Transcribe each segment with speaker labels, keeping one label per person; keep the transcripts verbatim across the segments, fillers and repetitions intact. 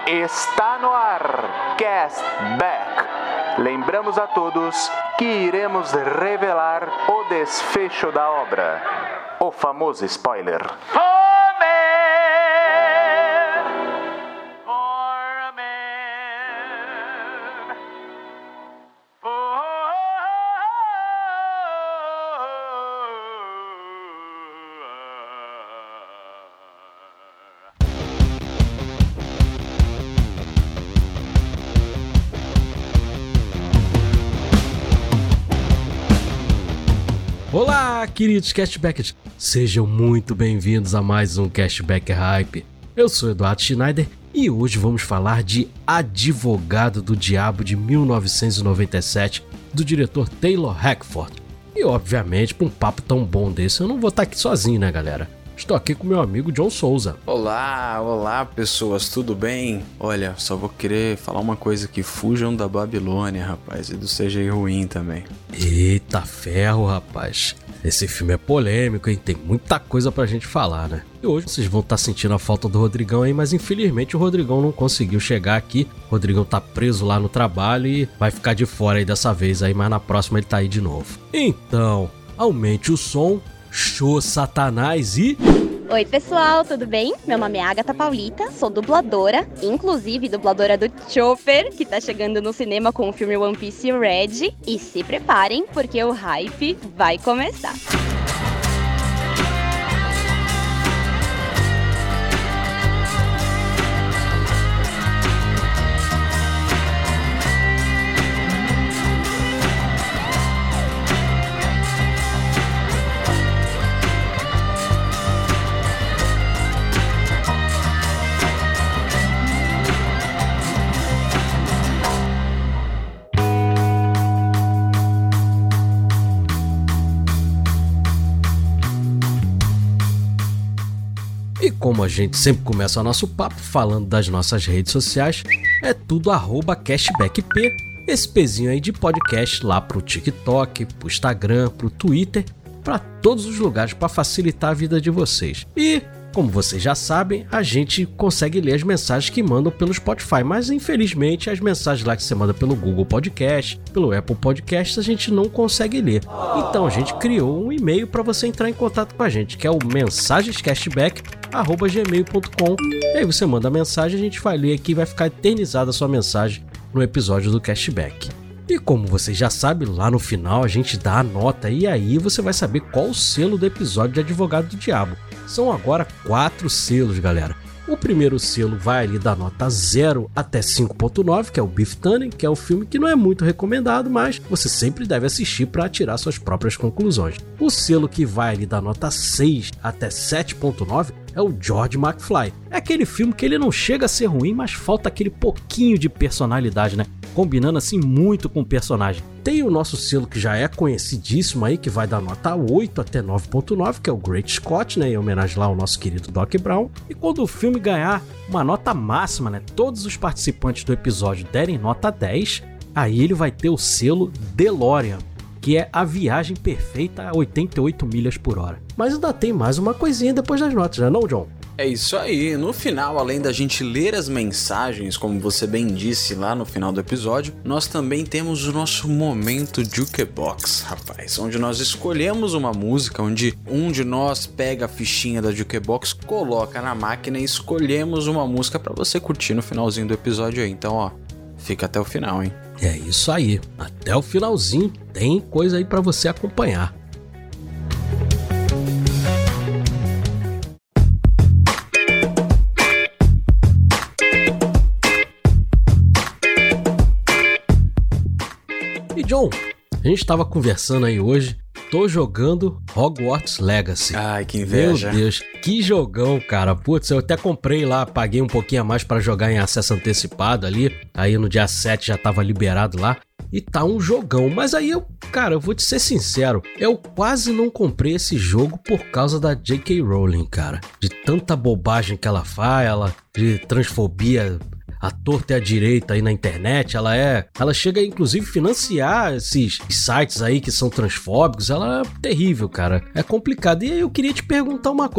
Speaker 1: Está no ar, Castback. Lembramos a todos que iremos revelar o desfecho da obra. O famoso spoiler.
Speaker 2: Olá, queridos Castbackers, sejam muito bem-vindos a mais um Castback Hype. Eu sou Eduardo Schneider e hoje vamos falar de Advogado do Diabo de mil novecentos e noventa e sete, do diretor Taylor Hackford. E obviamente, para um papo tão bom desse, eu não vou estar aqui sozinho, né, galera? Estou aqui com meu amigo John Souza.
Speaker 3: Olá, olá pessoas, tudo bem? Olha, só vou querer falar uma coisa aqui, fujam da Babilônia, rapaz, e do C G I ruim também.
Speaker 2: Eita ferro, rapaz. Esse filme é polêmico, hein? Tem muita coisa pra gente falar, né? E hoje vocês vão estar sentindo a falta do Rodrigão aí, mas infelizmente o Rodrigão não conseguiu chegar aqui. O Rodrigão tá preso lá no trabalho e vai ficar de fora aí dessa vez aí, mas na próxima ele tá aí de novo. Então, aumente o som. Show Satanás e...
Speaker 4: Oi pessoal, tudo bem? Meu nome é Agatha Paulita, sou dubladora, inclusive dubladora do Chopper, que tá chegando no cinema com o filme One Piece Red. E se preparem, porque o hype vai começar.
Speaker 2: E como a gente sempre começa o nosso papo falando das nossas redes sociais, é tudo arroba cashbackp, esse pezinho aí de podcast lá pro TikTok, pro Instagram, pro Twitter, para todos os lugares para facilitar a vida de vocês. E, como vocês já sabem, a gente consegue ler as mensagens que mandam pelo Spotify, mas infelizmente as mensagens lá que você manda pelo Google Podcast, pelo Apple Podcast, a gente não consegue ler. Então a gente criou um e-mail para você entrar em contato com a gente, que é o mensagenscashback arroba gmail ponto com. E aí você manda a mensagem, a gente vai ler aqui e vai ficar eternizada a sua mensagem no episódio do Cashback. E como vocês já sabem, lá no final a gente dá a nota e aí você vai saber qual o selo do episódio de Advogado do Diabo. São agora quatro selos, galera. O primeiro selo vai ali da nota zero até cinco ponto nove, que é o Beef Tannen, que é um filme que não é muito recomendado, mas você sempre deve assistir para tirar suas próprias conclusões. O selo que vai ali da nota seis até sete ponto nove é o George McFly. É aquele filme que ele não chega a ser ruim, mas falta aquele pouquinho de personalidade, né? Combinando assim muito com o personagem. Tem o nosso selo que já é conhecidíssimo aí, que vai da nota oito até nove ponto nove, que é o Great Scott, né, em homenagem lá ao nosso querido Doc Brown. E quando o filme ganhar uma nota máxima, né, todos os participantes do episódio derem nota dez, aí ele vai ter o selo DeLorean, que é a viagem perfeita a oitenta e oito milhas por hora. Mas ainda tem mais uma coisinha depois das notas, né não, John?
Speaker 3: É isso aí, no final, além da gente ler as mensagens, como você bem disse lá no final do episódio, nós também temos o nosso momento Jukebox, rapaz, onde nós escolhemos uma música, onde um de nós pega a fichinha da Jukebox, coloca na máquina e escolhemos uma música pra você curtir no finalzinho do episódio aí. Então, ó, fica até o final, hein?
Speaker 2: É isso aí, até o finalzinho tem coisa aí pra você acompanhar. John, a gente tava conversando aí hoje, tô jogando Hogwarts Legacy.
Speaker 3: Ai, que inveja.
Speaker 2: Meu Deus, que jogão, cara. Putz, eu até comprei lá, paguei um pouquinho a mais pra jogar em acesso antecipado ali. Aí no dia sete já tava liberado lá. E tá um jogão, mas aí eu, cara, eu vou te ser sincero, eu quase não comprei esse jogo por causa da J K Rowling, cara. De tanta bobagem que ela faz, ela de transfobia à torta e à direita aí na internet, ela é, ela chega a inclusive financiar esses sites aí que são transfóbicos, ela é terrível, cara, é complicado. E aí eu queria te perguntar uma coisa,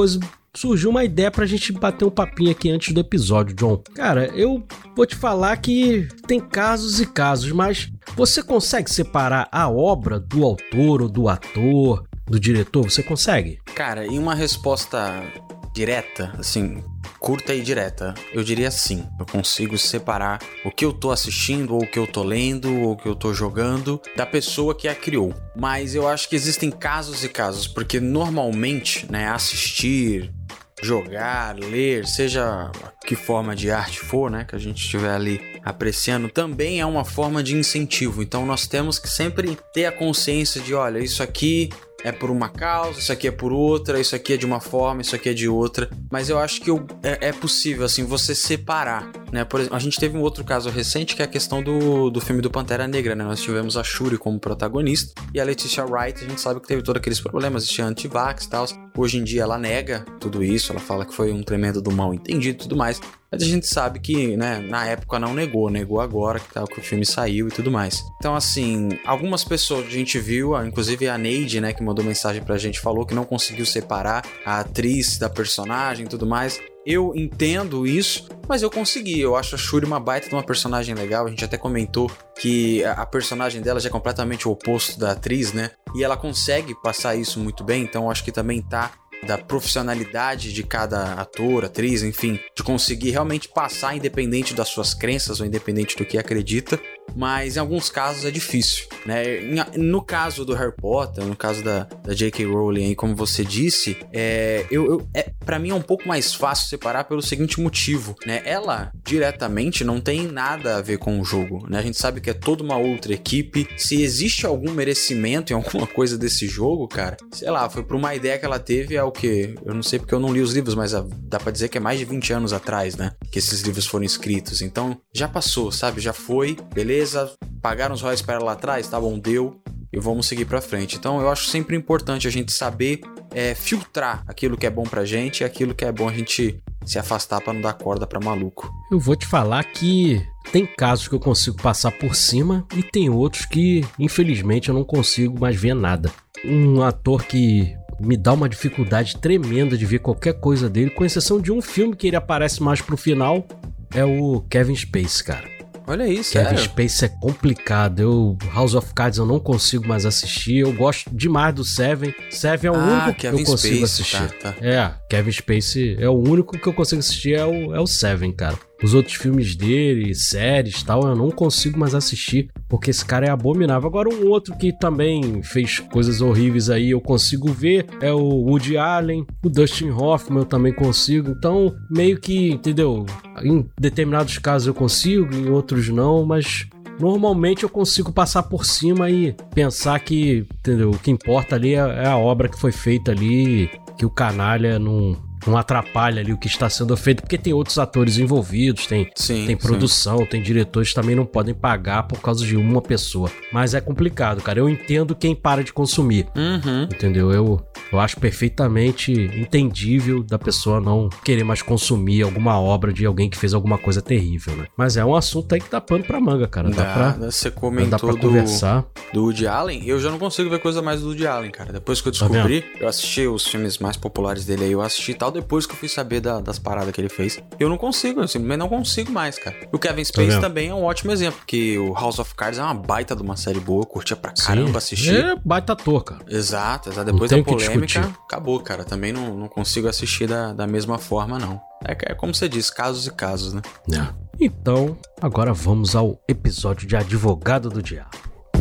Speaker 2: surgiu uma ideia pra gente bater um papinho aqui antes do episódio, John. Cara, eu vou te falar que tem casos e casos, mas você consegue separar a obra do autor ou do ator, do diretor? Você consegue?
Speaker 3: Cara, em uma resposta direta, assim, curta e direta, eu diria sim. Eu consigo separar o que eu tô assistindo, ou o que eu tô lendo, ou o que eu tô jogando, da pessoa que a criou. Mas eu acho que existem casos e casos, porque normalmente, né, assistir, jogar, ler, seja que forma de arte for, né, que a gente estiver ali apreciando, também é uma forma de incentivo. Então nós temos que sempre ter a consciência de, olha, isso aqui é por uma causa, isso aqui é por outra, isso aqui é de uma forma, isso aqui é de outra. Mas eu acho que eu, é, é possível, assim, você separar, né? Por exemplo, a gente teve um outro caso recente, que é a questão do, do filme do Pantera Negra, né? Nós tivemos a Shuri como protagonista e a Letitia Wright, a gente sabe que teve todos aqueles problemas, existia anti-vax e tal. Hoje em dia ela nega tudo isso, ela fala que foi um tremendo do mal entendido e tudo mais. Mas a gente sabe que, né, na época não negou, negou agora que, tal, que o filme saiu e tudo mais. Então, assim, algumas pessoas a gente viu, inclusive a Neide, né, que mandou mensagem pra gente, falou que não conseguiu separar a atriz da personagem e tudo mais. Eu entendo isso, mas eu consegui. Eu acho a Shuri uma baita de uma personagem legal. A gente até comentou que a personagem dela já é completamente o oposto da atriz, né? E ela consegue passar isso muito bem, então eu acho que também tá da profissionalidade de cada ator, atriz, enfim, de conseguir realmente passar independente das suas crenças ou independente do que acredita, mas em alguns casos é difícil, né? No caso do Harry Potter, no caso da, da J K Rowling, aí, como você disse, é, eu, eu, é, pra mim é um pouco mais fácil separar pelo seguinte motivo, né? Ela, diretamente, não tem nada a ver com o jogo, né? A gente sabe que é toda uma outra equipe. Se existe algum merecimento em alguma coisa desse jogo, cara, sei lá, foi por uma ideia que ela teve há o quê? Eu não sei porque eu não li os livros, mas dá pra dizer que é mais de vinte anos atrás, né? Que esses livros foram escritos. Então, já passou, sabe? Já foi, beleza? Pagaram os royalties para ela lá atrás, tá bom, deu, e vamos seguir pra frente. Então eu acho sempre importante a gente saber é, filtrar aquilo que é bom pra gente e aquilo que é bom a gente se afastar pra não dar corda pra maluco.
Speaker 2: Eu vou te falar que tem casos que eu consigo passar por cima e tem outros que, infelizmente, eu não consigo mais ver nada. Um ator que me dá uma dificuldade tremenda de ver qualquer coisa dele, com exceção de um filme que ele aparece mais pro final, é o Kevin Spacey, cara.
Speaker 3: Olha isso,
Speaker 2: Kevin
Speaker 3: sério?
Speaker 2: Spacey é complicado. Eu, House of Cards eu não consigo mais assistir. Eu gosto demais do Seven. Seven é o
Speaker 3: ah,
Speaker 2: único que
Speaker 3: Kevin
Speaker 2: eu consigo
Speaker 3: Spacey,
Speaker 2: assistir.
Speaker 3: Tá, tá.
Speaker 2: É, Kevin Spacey é o único que eu consigo assistir, é o, é o Seven, cara. Os outros filmes dele, séries e tal, eu não consigo mais assistir, porque esse cara é abominável. Agora, um outro que também fez coisas horríveis aí, eu consigo ver, é o Woody Allen, o Dustin Hoffman eu também consigo. Então, meio que, entendeu? Em determinados casos eu consigo, em outros não, mas normalmente eu consigo passar por cima e pensar que, entendeu? O que importa ali é, é a obra que foi feita ali, que o canalha não... não atrapalha ali o que está sendo feito, porque tem outros atores envolvidos, tem,
Speaker 3: sim,
Speaker 2: tem produção,
Speaker 3: sim.
Speaker 2: Tem diretores que também não podem pagar por causa de uma pessoa. Mas é complicado, cara. Eu entendo quem para de consumir.
Speaker 3: Uhum.
Speaker 2: Entendeu? Eu, eu acho perfeitamente entendível da pessoa não querer mais consumir alguma obra de alguém que fez alguma coisa terrível, né? Mas é um assunto aí que dá pano pra manga, cara. Dá,
Speaker 3: dá
Speaker 2: pra,
Speaker 3: você comentou
Speaker 2: dá pra
Speaker 3: do,
Speaker 2: conversar.
Speaker 3: Do Woody Allen. Eu já não consigo ver coisa mais do Woody Allen, cara. Depois que eu descobri, tá eu assisti os filmes mais populares dele aí, eu assisti e tal. Depois que eu fui saber da, das paradas que ele fez, eu não consigo, eu simplesmente não consigo mais, cara. O Kevin Spacey tá também é um ótimo exemplo, porque o House of Cards é uma baita de uma série boa, eu curtia pra caramba. Sim, assistir.
Speaker 2: É baita ator, cara.
Speaker 3: Exato, exato. Depois da polêmica, acabou, cara. Também não, não consigo assistir da, da mesma forma, não. É, é como você disse, casos e casos, né?
Speaker 2: É. Então, agora vamos ao episódio de Advogado do Diabo.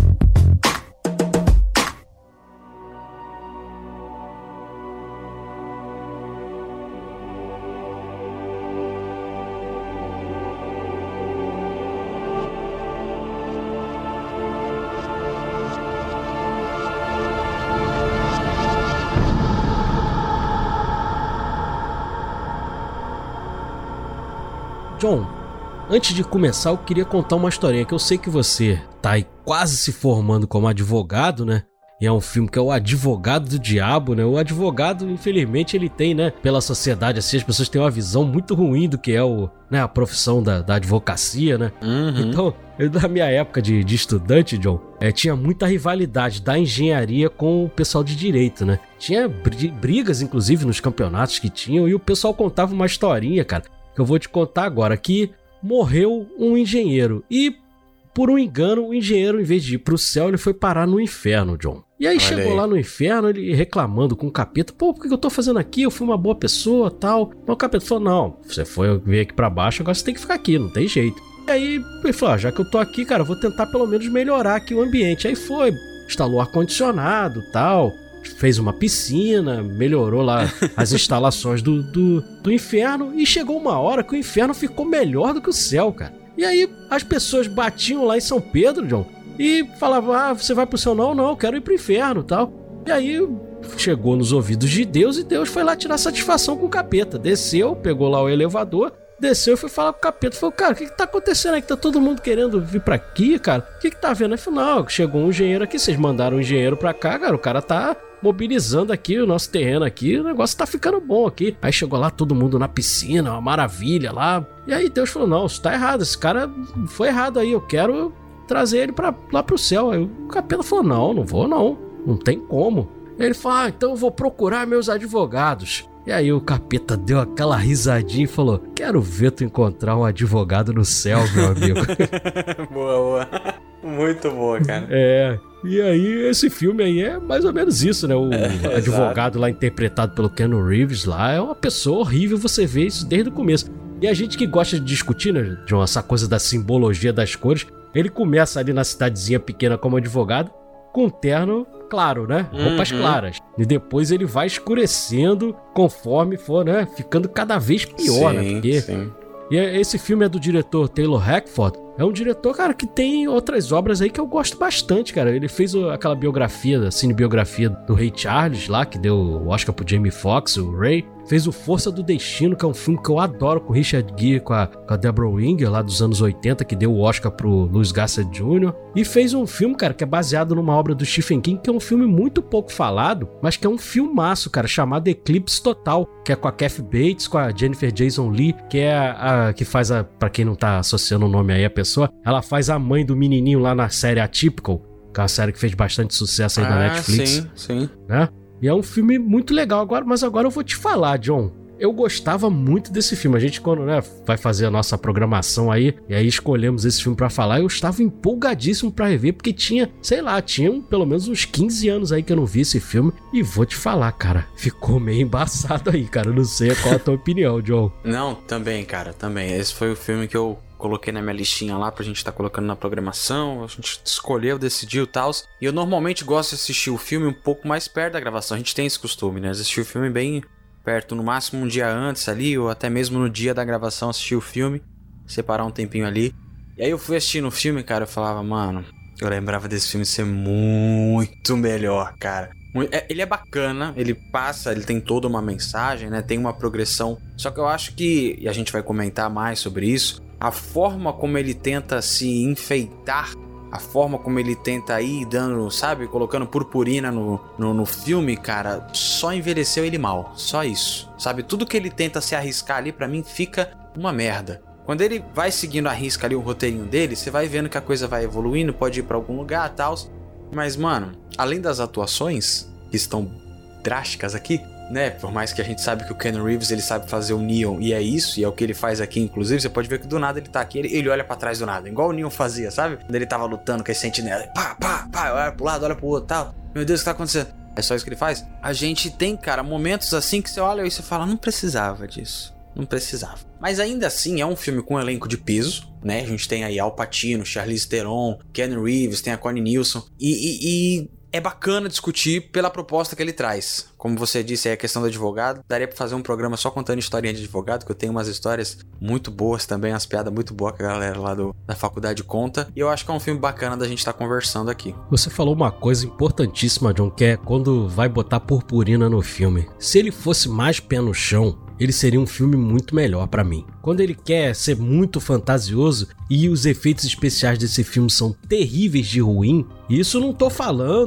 Speaker 2: John, antes de começar, eu queria contar uma historinha que eu sei que você tá aí quase se formando como advogado, né? E é um filme que é o Advogado do Diabo, né? O advogado, infelizmente, ele tem, né? Pela sociedade, assim, as pessoas têm uma visão muito ruim do que é o, né, a profissão da, da advocacia, né?
Speaker 3: Uhum.
Speaker 2: Então, eu, na minha época de, de estudante, John, é, tinha muita rivalidade da engenharia com o pessoal de direito, né? Tinha brigas, inclusive, nos campeonatos que tinham, e o pessoal contava uma historinha, cara, que eu vou te contar agora, que morreu um engenheiro e... Por um engano, o engenheiro, em vez de ir pro céu, ele foi parar no inferno, John. E aí
Speaker 3: Olha
Speaker 2: chegou
Speaker 3: aí.
Speaker 2: lá no inferno, ele reclamando com o capeta. Pô, por que eu tô fazendo aqui? Eu fui uma boa pessoa, tal. Mas o capeta falou, não, você foi vir aqui pra baixo, agora você tem que ficar aqui, não tem jeito. E aí ele falou, ah, já que eu tô aqui, cara, eu vou tentar pelo menos melhorar aqui o ambiente. Aí foi, instalou ar-condicionado, tal. Fez uma piscina, melhorou lá as instalações do, do, do inferno. E chegou uma hora que o inferno ficou melhor do que o céu, cara. E aí as pessoas batiam lá em São Pedro, John, e falavam, ah, você vai pro céu? Não, não, eu quero ir pro inferno e tal. E aí chegou nos ouvidos de Deus e Deus foi lá tirar satisfação com o capeta. Desceu, pegou lá o elevador, desceu e foi falar com o capeta. Falou, cara, o que que tá acontecendo aí? Que tá todo mundo querendo vir pra aqui, cara? O que que tá vendo? Ele falou, não, chegou um engenheiro aqui, vocês mandaram um engenheiro pra cá, cara, o cara tá... mobilizando aqui o nosso terreno aqui, o negócio tá ficando bom aqui. Aí chegou lá todo mundo na piscina, uma maravilha lá. E aí Deus falou, não, isso tá errado, esse cara foi errado aí, eu quero trazer ele pra, lá pro céu. Aí o capeta falou, não, não vou não, não tem como. Aí ele falou, ah, então eu vou procurar meus advogados. E aí o capeta deu aquela risadinha e falou, quero ver tu encontrar um advogado no céu, meu amigo.
Speaker 3: Boa, boa. Muito boa, cara.
Speaker 2: É, e aí esse filme aí é mais ou menos isso, né? O
Speaker 3: É,
Speaker 2: advogado
Speaker 3: exato.
Speaker 2: lá interpretado pelo Keanu Reeves lá é uma pessoa horrível, você vê isso desde o começo. E a gente que gosta de discutir, né, John, essa coisa da simbologia das cores, ele começa ali na cidadezinha pequena como advogado, com um terno claro, né? Roupas
Speaker 3: Uhum.
Speaker 2: claras. E depois ele vai escurecendo conforme for, né? Ficando cada vez pior, né?
Speaker 3: Sim,
Speaker 2: Porque...
Speaker 3: sim.
Speaker 2: E esse filme é do diretor Taylor Hackford. É um diretor, cara, que tem outras obras aí que eu gosto bastante, cara. Ele fez o- aquela biografia, a cinebiografia do Ray Charles lá, que deu o Oscar pro Jamie Foxx, o Ray. Fez o Força do Destino, que é um filme que eu adoro, com o Richard Gere, com a, com a Deborah Winger, lá dos anos oitenta, que deu o Oscar pro Louis Gossett Júnior E fez um filme, cara, que é baseado numa obra do Stephen King, que é um filme muito pouco falado, mas que é um filmaço, cara, chamado Eclipse Total, que é com a Kathy Bates, com a Jennifer Jason Leigh, que é a, a que faz a, pra quem não tá associando o nome aí a pessoa, ela faz a mãe do menininho lá na série Atypical, que é uma série que fez bastante sucesso aí na
Speaker 3: Ah,
Speaker 2: Netflix,
Speaker 3: sim, sim.
Speaker 2: né? E é um filme muito legal agora, mas agora eu vou te falar, John. Eu gostava muito desse filme. A gente, quando, né, vai fazer a nossa programação aí, e aí escolhemos esse filme pra falar, eu estava empolgadíssimo pra rever, porque tinha, sei lá, tinha pelo menos uns quinze anos aí que eu não vi esse filme. E vou te falar, cara, ficou meio embaçado aí, cara. Eu não sei qual a tua opinião, John.
Speaker 3: Não, também, cara, também. Esse foi o filme que eu coloquei na minha listinha lá pra gente tá colocando na programação. A gente escolheu, decidiu e tal. E eu normalmente gosto de assistir o filme um pouco mais perto da gravação. A gente tem esse costume, né? Assistir o filme bem perto, no máximo um dia antes ali, ou até mesmo no dia da gravação assistir o filme, separar um tempinho ali. E aí eu fui assistindo o filme, cara, eu falava, mano, eu lembrava desse filme ser muito melhor, cara. Mu- é- Ele é bacana, ele passa, ele tem toda uma mensagem, né? Tem uma progressão. Só que eu acho que, e a gente vai comentar mais sobre isso, a forma como ele tenta se enfeitar, a forma como ele tenta ir dando, sabe, colocando purpurina no, no, no filme, cara, só envelheceu ele mal. Só isso. Sabe, tudo que ele tenta se arriscar ali, pra mim, fica uma merda. Quando ele vai seguindo a risca ali o roteirinho dele, você vai vendo que a coisa vai evoluindo, pode ir pra algum lugar e tal. Mas, mano, além das atuações, que estão drásticas aqui, né? Por mais que a gente sabe que o Keanu Reeves, ele sabe fazer o Neo, e é isso, e é o que ele faz aqui, inclusive. Você pode ver que do nada ele tá aqui, ele, ele olha pra trás do nada, igual o Neo fazia, sabe? Quando ele tava lutando com as sentinelas, pá, pá, pá, olha pro lado, olha pro outro, tal. Meu Deus, o que tá acontecendo? É só isso que ele faz? A gente tem, cara, momentos assim que você olha e você fala, não precisava disso. Não precisava. Mas ainda assim é um filme com um elenco de peso, né? A gente tem aí Al Pacino, Charlize Theron, Keanu Reeves, tem a Connie Nielsen. E, e, e é bacana discutir pela proposta que ele traz. Como você disse, é a questão do advogado. Daria pra fazer um programa só contando historinha de advogado, que eu tenho umas histórias muito boas também, umas piadas muito boas que a galera lá do, da faculdade conta. E eu acho que é um filme bacana da gente estar tá conversando aqui.
Speaker 2: Você falou uma coisa importantíssima, John, que é quando vai botar purpurina no filme. Se ele fosse mais pé no chão, ele seria um filme muito melhor pra mim. Quando ele quer ser muito fantasioso e os efeitos especiais desse filme são terríveis de ruim, isso não tô falando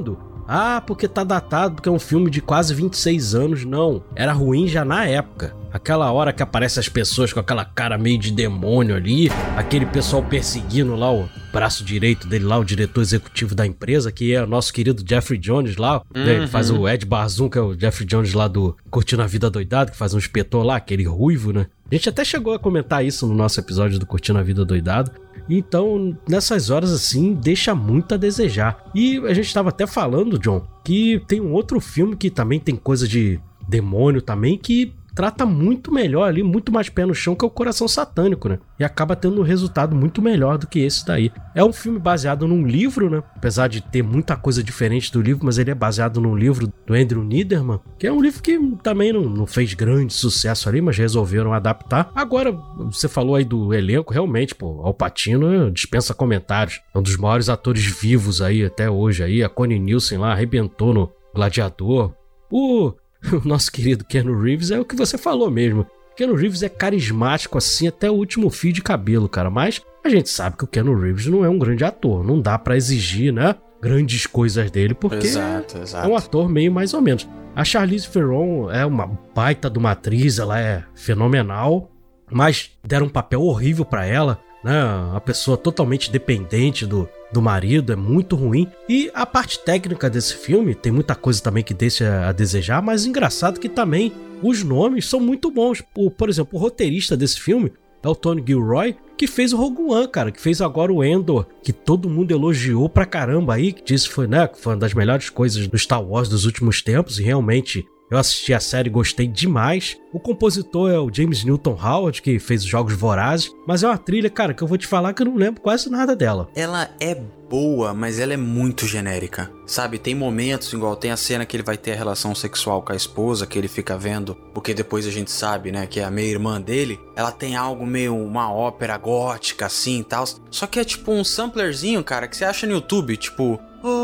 Speaker 2: Ah, porque tá datado, porque é um filme de quase vinte e seis anos. Não, era ruim já na época. Aquela hora que aparecem as pessoas com aquela cara meio de demônio ali, aquele pessoal perseguindo lá o braço direito dele lá, o diretor executivo da empresa, que é o nosso querido Jeffrey Jones lá, uhum. né, que faz o Ed Barzum, que é o Jeffrey Jones lá do Curtindo a Vida Doidado, que faz um inspetor lá, aquele ruivo, né? A gente até chegou a comentar isso no nosso episódio do Curtindo a Vida Doidado. Então, nessas horas assim, deixa muito a desejar. E a gente tava até falando, John, que tem um outro filme que também tem coisa de demônio também, que trata muito melhor ali, muito mais pé no chão, que é o Coração Satânico, né? E acaba tendo um resultado muito melhor do que esse daí. É um filme baseado num livro, né? Apesar de ter muita coisa diferente do livro, mas ele é baseado num livro do Andrew Niederman, que é um livro que também não, não fez grande sucesso ali, mas resolveram adaptar. Agora, você falou aí do elenco, realmente, pô, Al Pacino dispensa comentários. É um dos maiores atores vivos aí até hoje aí. A Connie Nielsen lá arrebentou no Gladiador. O... O nosso querido Keanu Reeves é o que você falou mesmo. Keanu Reeves é carismático assim até o último fio de cabelo, cara. Mas a gente sabe que o Keanu Reeves não é um grande ator. Não dá pra exigir, né, grandes coisas dele, porque
Speaker 3: exato, exato.
Speaker 2: é um ator meio mais ou menos. A Charlize Theron é uma baita de uma atriz, ela é fenomenal. Mas deram um papel horrível pra ela, né? Uma pessoa totalmente dependente do... do marido, é muito ruim. E a parte técnica desse filme tem muita coisa também que deixa a desejar, mas engraçado que também os nomes são muito bons. O, por exemplo, o roteirista desse filme é o Tony Gilroy, que fez o Rogue One, cara, que fez agora o Endor, que todo mundo elogiou pra caramba aí, que disse que foi, né, que foi uma das melhores coisas do Star Wars dos últimos tempos, e realmente eu assisti a série e gostei demais. O compositor é o James Newton Howard, que fez os Jogos Vorazes, mas é uma trilha, cara, que eu vou te falar que eu não lembro quase nada dela.
Speaker 3: Ela é boa, mas ela é muito genérica, sabe? Tem momentos, igual tem a cena que ele vai ter a relação sexual com a esposa, que ele fica vendo, porque depois a gente sabe, né, que é a meia-irmã dele, ela tem algo meio uma ópera gótica, assim, e tal. Só que é tipo um samplerzinho, cara, que você acha no YouTube, tipo...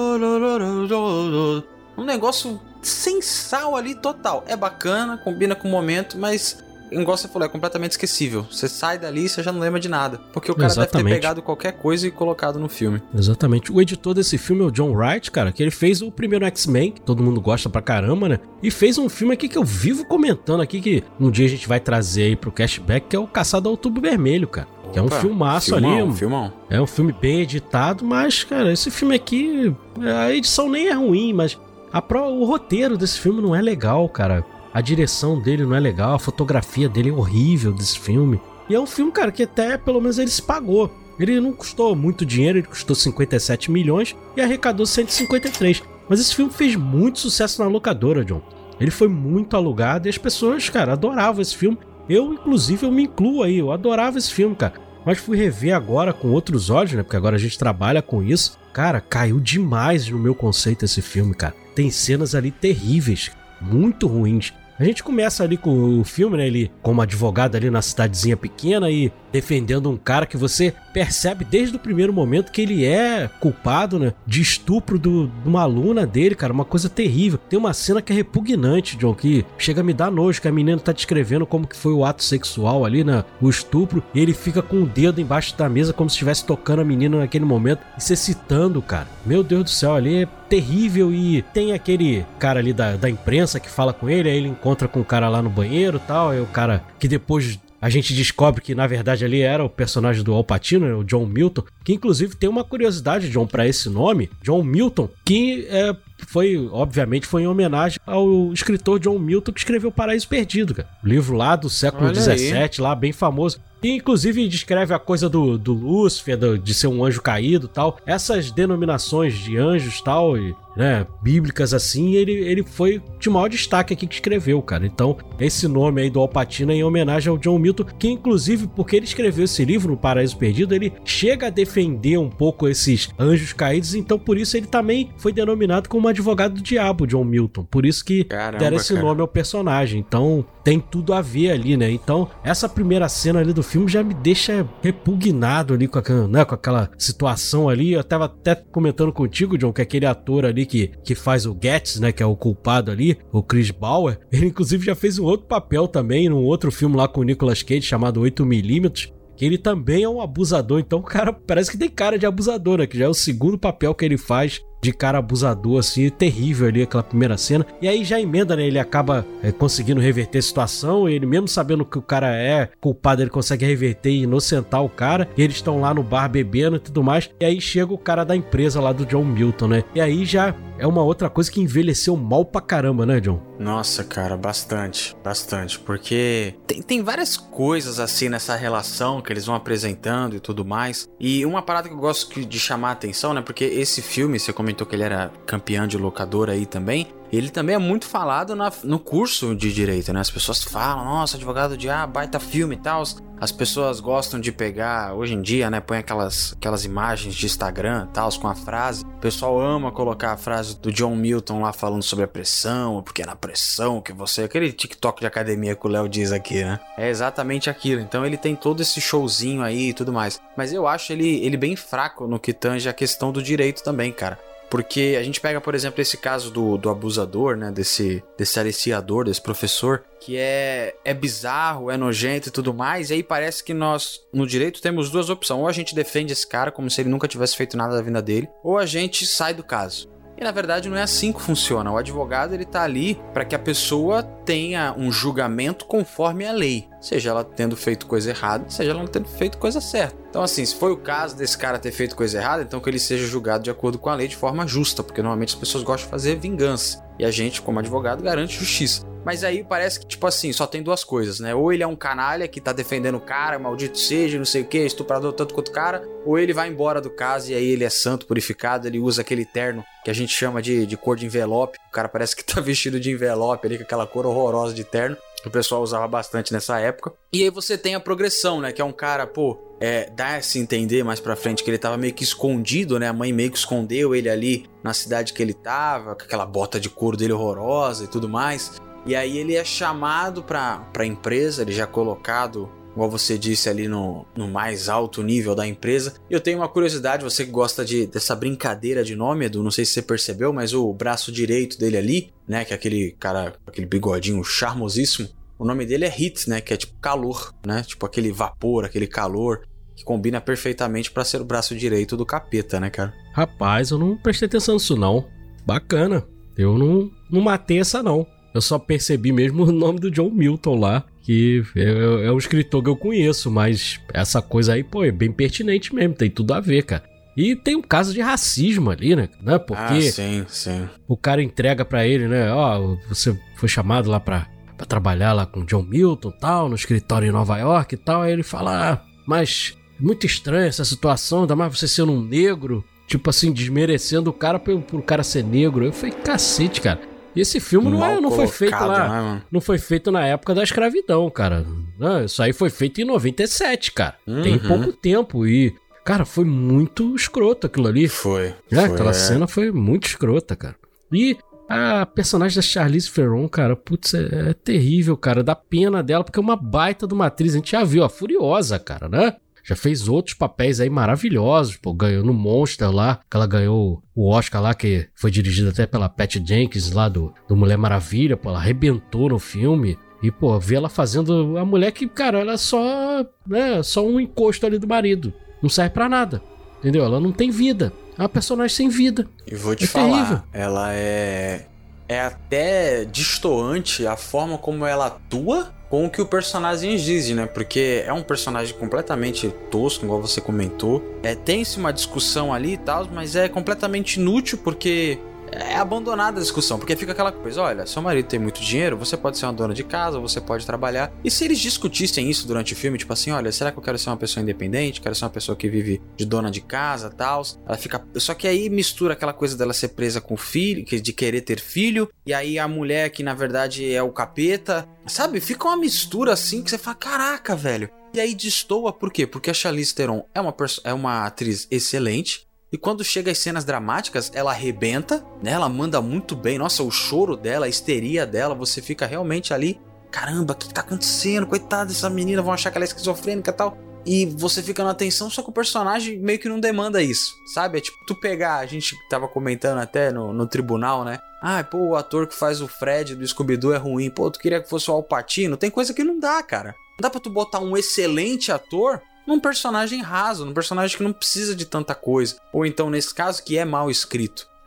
Speaker 3: um negócio sem sal ali, total. É bacana, combina com o momento, mas, igual você falou, é completamente esquecível. Você sai dali e você já não lembra de nada. Porque o cara Exatamente. deve ter pegado qualquer coisa e colocado no filme.
Speaker 2: Exatamente. O editor desse filme é o John Wright, cara, que ele fez o primeiro X-Men, que todo mundo gosta pra caramba, né? E fez um filme aqui que eu vivo comentando aqui, que um dia a gente vai trazer aí pro Cashback, que é o Caçado ao Outubro Vermelho, cara. Que é um filmaço filmão, ali. Um,
Speaker 3: filmão.
Speaker 2: É um filme bem editado, mas, cara, esse filme aqui, a edição nem é ruim, mas a pro, o roteiro desse filme não é legal, cara. A direção dele não é legal, a fotografia dele é horrível desse filme. E é um filme, cara, que até pelo menos ele se pagou. Ele não custou muito dinheiro, ele custou cinquenta e sete milhões e arrecadou cento e cinquenta e três. Mas esse filme fez muito sucesso na locadora, John. Ele foi muito alugado e as pessoas, cara, adoravam esse filme. Eu, inclusive, eu me incluo aí, eu adorava esse filme, cara. Mas fui rever agora com outros olhos, né? Porque agora a gente trabalha com isso. Cara, caiu demais no meu conceito esse filme, cara. Tem cenas ali terríveis, muito ruins. A gente começa ali com o filme, né? Ele como advogado ali na cidadezinha pequena e defendendo um cara que você percebe desde o primeiro momento que ele é culpado, né? De estupro do, de uma aluna dele, cara. Uma coisa terrível. Tem uma cena que é repugnante, John, que chega a me dar nojo, que a menina tá descrevendo como que foi o ato sexual ali, né? O estupro. E ele fica com o dedo embaixo da mesa como se estivesse tocando a menina naquele momento e se excitando, cara. Meu Deus do céu, ali é terrível. E tem aquele cara ali da, da imprensa que fala com ele, aí ele encontra com o cara lá no banheiro e tal, aí o cara que depois a gente descobre que na verdade ali era o personagem do Al Pacino, né, o John Milton, que inclusive tem uma curiosidade, John, pra esse nome, John Milton, que é, foi, obviamente, foi em homenagem ao escritor John Milton que escreveu Paraíso Perdido, cara. O livro lá do século dezessete, lá bem famoso. E inclusive descreve a coisa do, do Lúcifer, do, de ser um anjo caído e tal. Essas denominações de anjos tal, e, né, bíblicas assim, ele, ele foi de maior destaque aqui que escreveu, cara. Então, esse nome aí do Al Pacino é em homenagem ao John Milton, que inclusive, porque ele escreveu esse livro, no Paraíso Perdido, ele chega a defender um pouco esses anjos caídos, então por isso ele também foi denominado como advogado do diabo, John Milton. Por isso que Caramba, deram esse cara. nome ao personagem. Então, tem tudo a ver ali, né? Então, essa primeira cena ali do filme já me deixa repugnado ali com, a, né, com aquela situação ali. Eu tava até comentando contigo, John, que aquele ator ali que, que faz o Getz, né, que é o culpado ali, o Chris Bauer, ele inclusive já fez um outro papel também, num outro filme lá com o Nicolas Cage, chamado oito milímetros, que ele também é um abusador. Então o cara parece que tem cara de abusador, né, que já é o segundo papel que ele faz de cara abusador, assim, terrível ali, aquela primeira cena. E aí já emenda, né? Ele acaba é, conseguindo reverter a situação, ele mesmo sabendo que o cara é culpado, ele consegue reverter e inocentar o cara. E eles estão lá no bar bebendo e tudo mais. E aí chega o cara da empresa lá do John Milton, né? E aí já é uma outra coisa que envelheceu mal pra caramba, né, John?
Speaker 3: Nossa, cara, bastante, bastante, porque tem, tem várias coisas assim nessa relação que eles vão apresentando e tudo mais, e uma parada que eu gosto de chamar a atenção, né, porque esse filme, você comentou que ele era campeão de locadora aí também, ele também é muito falado na, no curso de direito, né? As pessoas falam, nossa, advogado de ah, baita filme e tal. As pessoas gostam de pegar, hoje em dia, né? Põe aquelas, aquelas imagens de Instagram e tal, com a frase. O pessoal ama colocar a frase do John Milton lá falando sobre a pressão, porque é na pressão que você... Aquele TikTok de academia que o Léo diz aqui, né? É exatamente aquilo. Então ele tem todo esse showzinho aí e tudo mais. Mas eu acho ele, ele bem fraco no que tange a questão do direito também, cara. Porque a gente pega, por exemplo, esse caso do, do abusador, né, desse, desse aliciador, desse professor, que é, é bizarro, é nojento e tudo mais, e aí parece que nós, no direito, temos duas opções. Ou a gente defende esse cara como se ele nunca tivesse feito nada da vida dele, ou a gente sai do caso. E na verdade não é assim que funciona. O advogado ele tá ali para que a pessoa tenha um julgamento conforme a lei. Seja ela tendo feito coisa errada, seja ela não tendo feito coisa certa. Então assim, se foi o caso desse cara ter feito coisa errada, então que ele seja julgado de acordo com a lei de forma justa. Porque normalmente as pessoas gostam de fazer vingança. E a gente, como advogado, garante justiça. Mas aí parece que, tipo assim, só tem duas coisas, né? Ou ele é um canalha que tá defendendo o cara, maldito seja, não sei o que, estuprador tanto quanto o cara. Ou ele vai embora do caso e aí ele é santo, purificado, ele usa aquele terno que a gente chama de, de cor de envelope. O cara parece que tá vestido de envelope ali, com aquela cor horrorosa de terno. Que o pessoal usava bastante nessa época. E aí você tem a progressão, né? Que é um cara, pô... É, dá a se entender mais pra frente que ele tava meio que escondido, né? A mãe meio que escondeu ele ali na cidade que ele tava, com aquela bota de couro dele horrorosa e tudo mais. E aí ele é chamado pra, pra empresa, ele já é colocado, igual você disse, ali no, no mais alto nível da empresa. E eu tenho uma curiosidade, você que gosta de, dessa brincadeira de nome, Edu, não sei se você percebeu, mas o braço direito dele ali, né? Que é aquele cara, aquele bigodinho charmosíssimo. O nome dele é Heat, né? Que é tipo calor, né? Tipo aquele vapor, aquele calor que combina perfeitamente pra ser o braço direito do capeta, né, cara?
Speaker 2: Rapaz, eu não prestei atenção nisso, não. Bacana. Eu não, não matei essa, não. Eu só percebi mesmo o nome do John Milton lá, que é, é um escritor que eu conheço, mas essa coisa aí, pô, é bem pertinente mesmo, tem tudo a ver, cara. E tem um caso de racismo ali, né? Porque
Speaker 3: ah, sim, sim.
Speaker 2: O cara entrega pra ele, né? Ó, oh, você foi chamado lá pra... pra trabalhar lá com John Milton e tal, no escritório em Nova York e tal. Aí ele fala, ah, mas é muito estranha essa situação, ainda mais você sendo um negro, tipo assim, desmerecendo o cara por, por o cara ser negro. Eu falei, cacete, cara. E esse filme não, é, não foi feito lá, né, não foi feito na época da escravidão, cara. Não, isso aí foi feito em noventa e sete, cara. Uhum. Tem pouco tempo e, cara, foi muito escroto aquilo ali.
Speaker 3: Foi.
Speaker 2: É,
Speaker 3: foi
Speaker 2: aquela
Speaker 3: é.
Speaker 2: cena foi muito escrota, cara. E a personagem da Charlize Theron, cara, putz, é, é terrível, cara. Dá pena dela, porque é uma baita de uma atriz. A gente já viu, a Furiosa, cara, né? Já fez outros papéis aí maravilhosos, pô. Ganhou no Monster lá, que ela ganhou o Oscar lá, que foi dirigido até pela Patty Jenkins lá do, do Mulher Maravilha, pô. Ela arrebentou no filme. E, pô, ver ela fazendo a mulher que, cara, ela é só, né, só um encosto ali do marido. Não serve pra nada, entendeu? Ela não tem vida. É uma personagem sem vida.
Speaker 3: E vou te
Speaker 2: é
Speaker 3: falar,
Speaker 2: terrível.
Speaker 3: Ela é... É até destoante a forma como ela atua com o que o personagem exige, né? Porque é um personagem completamente tosco, igual você comentou. É, tem-se uma discussão ali e tal, mas é completamente inútil porque... é abandonada a discussão, porque fica aquela coisa, olha, seu marido tem muito dinheiro, você pode ser uma dona de casa, você pode trabalhar. E se eles discutissem isso durante o filme, tipo assim, olha, será que eu quero ser uma pessoa independente? Quero ser uma pessoa que vive de dona de casa, tal. Ela fica... Só que aí mistura aquela coisa dela ser presa com o filho, de querer ter filho, e aí a mulher que na verdade é o capeta, sabe? Fica uma mistura assim que você fala, caraca, velho. E aí destoa, por quê? Porque a Charlize Theron é uma, perso- é uma atriz excelente. E quando chega as cenas dramáticas, ela arrebenta, né? Ela manda muito bem. Nossa, o choro dela, a histeria dela, você fica realmente ali... Caramba, o que tá acontecendo? Coitada dessa menina, vão achar que ela é esquizofrênica e tal. E você fica na atenção, só que o personagem meio que não demanda isso, sabe? É tipo, tu pegar... A gente tava comentando até no, no tribunal, né? Ah, pô, o ator que faz o Fred do Scooby-Doo é ruim. Pô, tu queria que fosse o Al Pacino? Tem coisa que não dá, cara. Não dá pra tu botar um excelente ator... num personagem raso, num personagem que não precisa de tanta coisa. Ou então, nesse caso, que é mal escrito,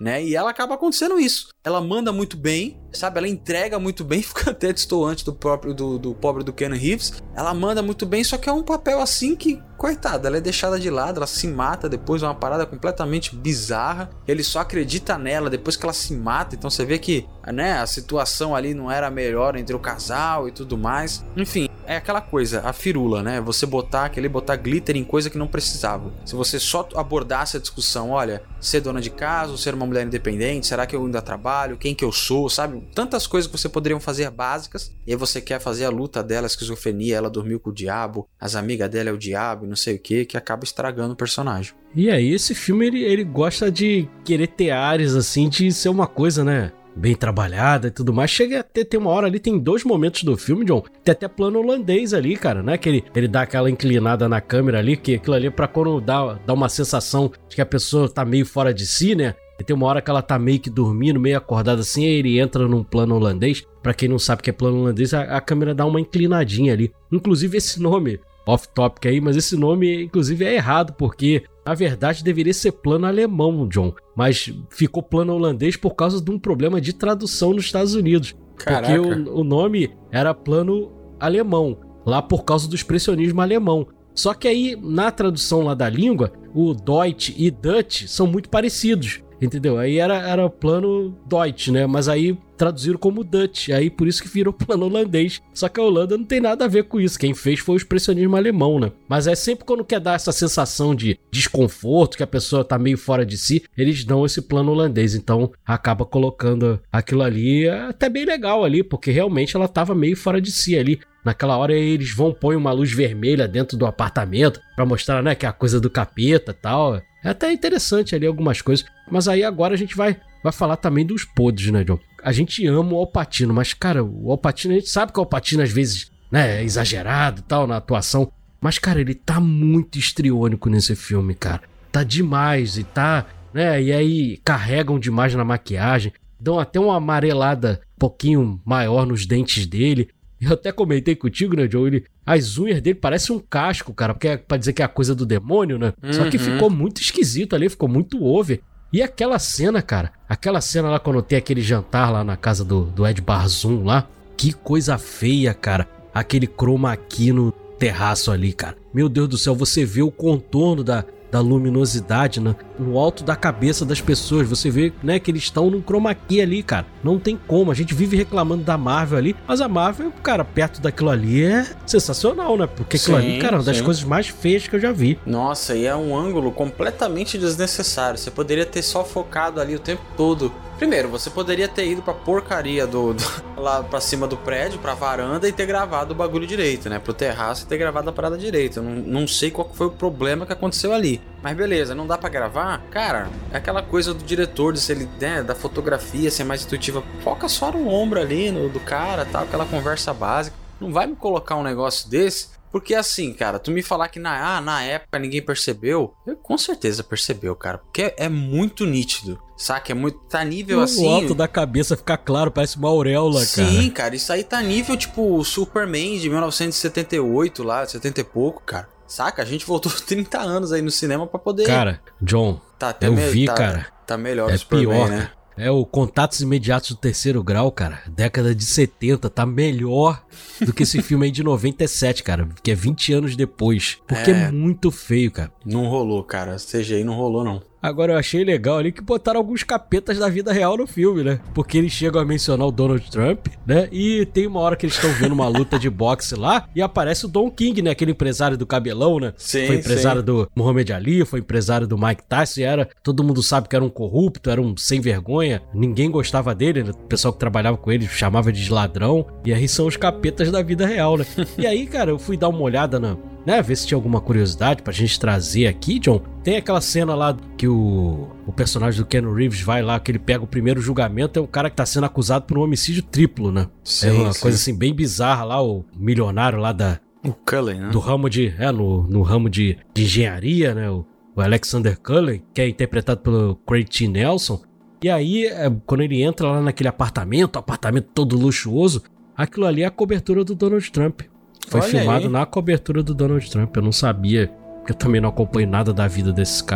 Speaker 3: né? E ela acaba acontecendo isso. Ela manda muito bem, sabe? Ela entrega muito bem, fica até destoante do próprio do, do pobre do Keanu Reeves. Ela manda muito bem, só que é um papel assim que, coitada, ela é deixada de lado, ela se mata depois, é uma parada completamente bizarra. Ele só acredita nela depois que ela se mata. Então você vê que, né, a situação ali não era melhor entre o casal e tudo mais. Enfim, é aquela coisa, a firula, né? Você botar aquele botar glitter em coisa que não precisava. Se você só abordasse a discussão, olha, ser dona de casa, ou ser uma mulher independente, será que eu ainda trabalho? Quem que eu sou, sabe? Tantas coisas que você poderiam fazer básicas, e aí você quer fazer a luta dela, a esquizofrenia, ela dormiu com o diabo, as amigas dela é o diabo e não sei o que, que acaba estragando o personagem.
Speaker 2: E aí esse filme, ele, ele gosta de querer ter ares, assim, de ser uma coisa, né, bem trabalhada e tudo mais. Chega a ter, tem uma hora ali, tem dois momentos do filme, John, tem até plano holandês ali, cara, né, que ele, ele dá aquela inclinada na câmera ali, que aquilo ali é pra quando dá, dá uma sensação de que a pessoa tá meio fora de si, né. E tem uma hora que ela tá meio que dormindo, meio acordada assim, aí ele entra num plano holandês. Pra quem não sabe o que é plano holandês, a, a câmera dá uma inclinadinha ali. Inclusive esse nome, off-topic aí, mas esse nome inclusive é errado, porque na verdade deveria ser plano alemão, John. Mas ficou plano holandês por causa de um problema de tradução nos Estados Unidos. Caraca. Porque o, o nome era plano alemão, lá por causa do expressionismo alemão. Só que aí, na tradução lá da língua, o Deutsch e Dutch são muito parecidos. Entendeu? Aí era, era o plano Deutsch, né? Mas aí traduziram como Dutch. Aí por isso que virou plano holandês. Só que a Holanda não tem nada a ver com isso. Quem fez foi o expressionismo alemão, né? Mas é sempre quando quer dar essa sensação de desconforto, que a pessoa tá meio fora de si, eles dão esse plano holandês. Então acaba colocando aquilo ali. É até bem legal ali, porque realmente ela tava meio fora de si ali. Naquela hora eles vão pôr uma luz vermelha dentro do apartamento pra mostrar, né, que é a coisa do capeta e tal. É até interessante ali algumas coisas. Mas aí agora a gente vai, vai falar também dos podres, né, John? A gente ama o Al Pacino, mas, cara, o Al Pacino, a gente sabe que o Al Pacino às vezes, né, é exagerado e tal na atuação. Mas, cara, ele tá muito histriônico nesse filme, cara. Tá demais e tá, né, e aí carregam demais na maquiagem. Dão até uma amarelada um pouquinho maior nos dentes dele. Eu até comentei contigo, né, Joe? Ele, as unhas dele parecem um casco, cara, porque é pra dizer que é a coisa do demônio, né? Uhum. Só que ficou muito esquisito ali, ficou muito over. E aquela cena, cara, aquela cena lá quando tem aquele jantar lá na casa do, do Ed Barzum lá, que coisa feia, cara. Aquele chroma key no terraço ali, cara. Meu Deus do céu, você vê o contorno da... da luminosidade, né? No alto da cabeça das pessoas. Você vê, né, que eles estão num chroma key ali, cara. Não tem como. A gente vive reclamando da Marvel ali, mas a Marvel, cara, perto daquilo ali é sensacional, né? Porque aquilo sim, ali, cara, é uma das sim. coisas mais feias que eu já vi.
Speaker 3: Nossa, e é um ângulo completamente desnecessário. Você poderia ter só focado ali o tempo todo. Primeiro, você poderia ter ido pra porcaria do, do lá pra cima do prédio, pra varanda e ter gravado o bagulho direito, né? Pro terraço e ter gravado a parada direito. Eu não, não sei qual foi o problema que aconteceu ali. Mas beleza, não dá pra gravar? Cara, é aquela coisa do diretor, de ser, né, da fotografia ser mais intuitiva. Foca só no ombro ali, no, do cara, tal, aquela conversa básica. Não vai me colocar um negócio desse... Porque assim, cara, tu me falar que na, ah, na época ninguém percebeu, eu com certeza percebeu, cara. Porque é, é muito nítido, saca? É muito, tá nível
Speaker 2: o
Speaker 3: assim...
Speaker 2: O alto da cabeça fica claro, parece uma auréola,
Speaker 3: sim,
Speaker 2: cara.
Speaker 3: Sim, cara, isso aí tá nível tipo o Superman de mil novecentos e setenta e oito lá, setenta e pouco, cara. Saca? A gente voltou trinta anos aí no cinema pra poder...
Speaker 2: Cara, John, tá até eu me... vi,
Speaker 3: tá,
Speaker 2: cara.
Speaker 3: Tá melhor
Speaker 2: é
Speaker 3: o Superman,
Speaker 2: pior,
Speaker 3: né?
Speaker 2: Cara. É o Contatos Imediatos do Terceiro Grau, cara. Década de setenta, tá melhor do que esse filme aí de noventa e sete, cara. Que é vinte anos depois. Porque é, é muito feio, cara.
Speaker 3: Não rolou, cara. C G I não rolou, não.
Speaker 2: Agora eu achei legal ali que botaram alguns capetas da vida real no filme, né? Porque eles chegam a mencionar o Donald Trump, né? E tem uma hora que eles estão vendo uma luta de boxe lá e aparece o Don King, né? Aquele empresário do cabelão, né? Sim, foi empresário sim. do Muhammad Ali, foi empresário do Mike Tyson, e era... Todo mundo sabe que era um corrupto, era um sem vergonha. Ninguém gostava dele, né? O pessoal que trabalhava com ele chamava de ladrão. E aí são os capetas da vida real, né? E aí, cara, eu fui dar uma olhada na... né, ver se tinha alguma curiosidade pra gente trazer aqui, John. Tem aquela cena lá que o, o personagem do Keanu Reeves vai lá, que ele pega o primeiro julgamento, é um cara que tá sendo acusado por um homicídio triplo, né? Sim, é uma sim. coisa assim bem bizarra lá, o milionário lá da...
Speaker 3: O Cullen, né?
Speaker 2: Do ramo de... É, no, no ramo de, de engenharia, né? O, o Alexander Cullen, que é interpretado pelo Craig T. Nelson. E aí, é, quando ele entra lá naquele apartamento, apartamento todo luxuoso, aquilo ali é a cobertura do Donald Trump. Foi Olha filmado aí. na cobertura do Donald Trump. Eu não sabia, porque eu também não acompanho nada da vida desse cara.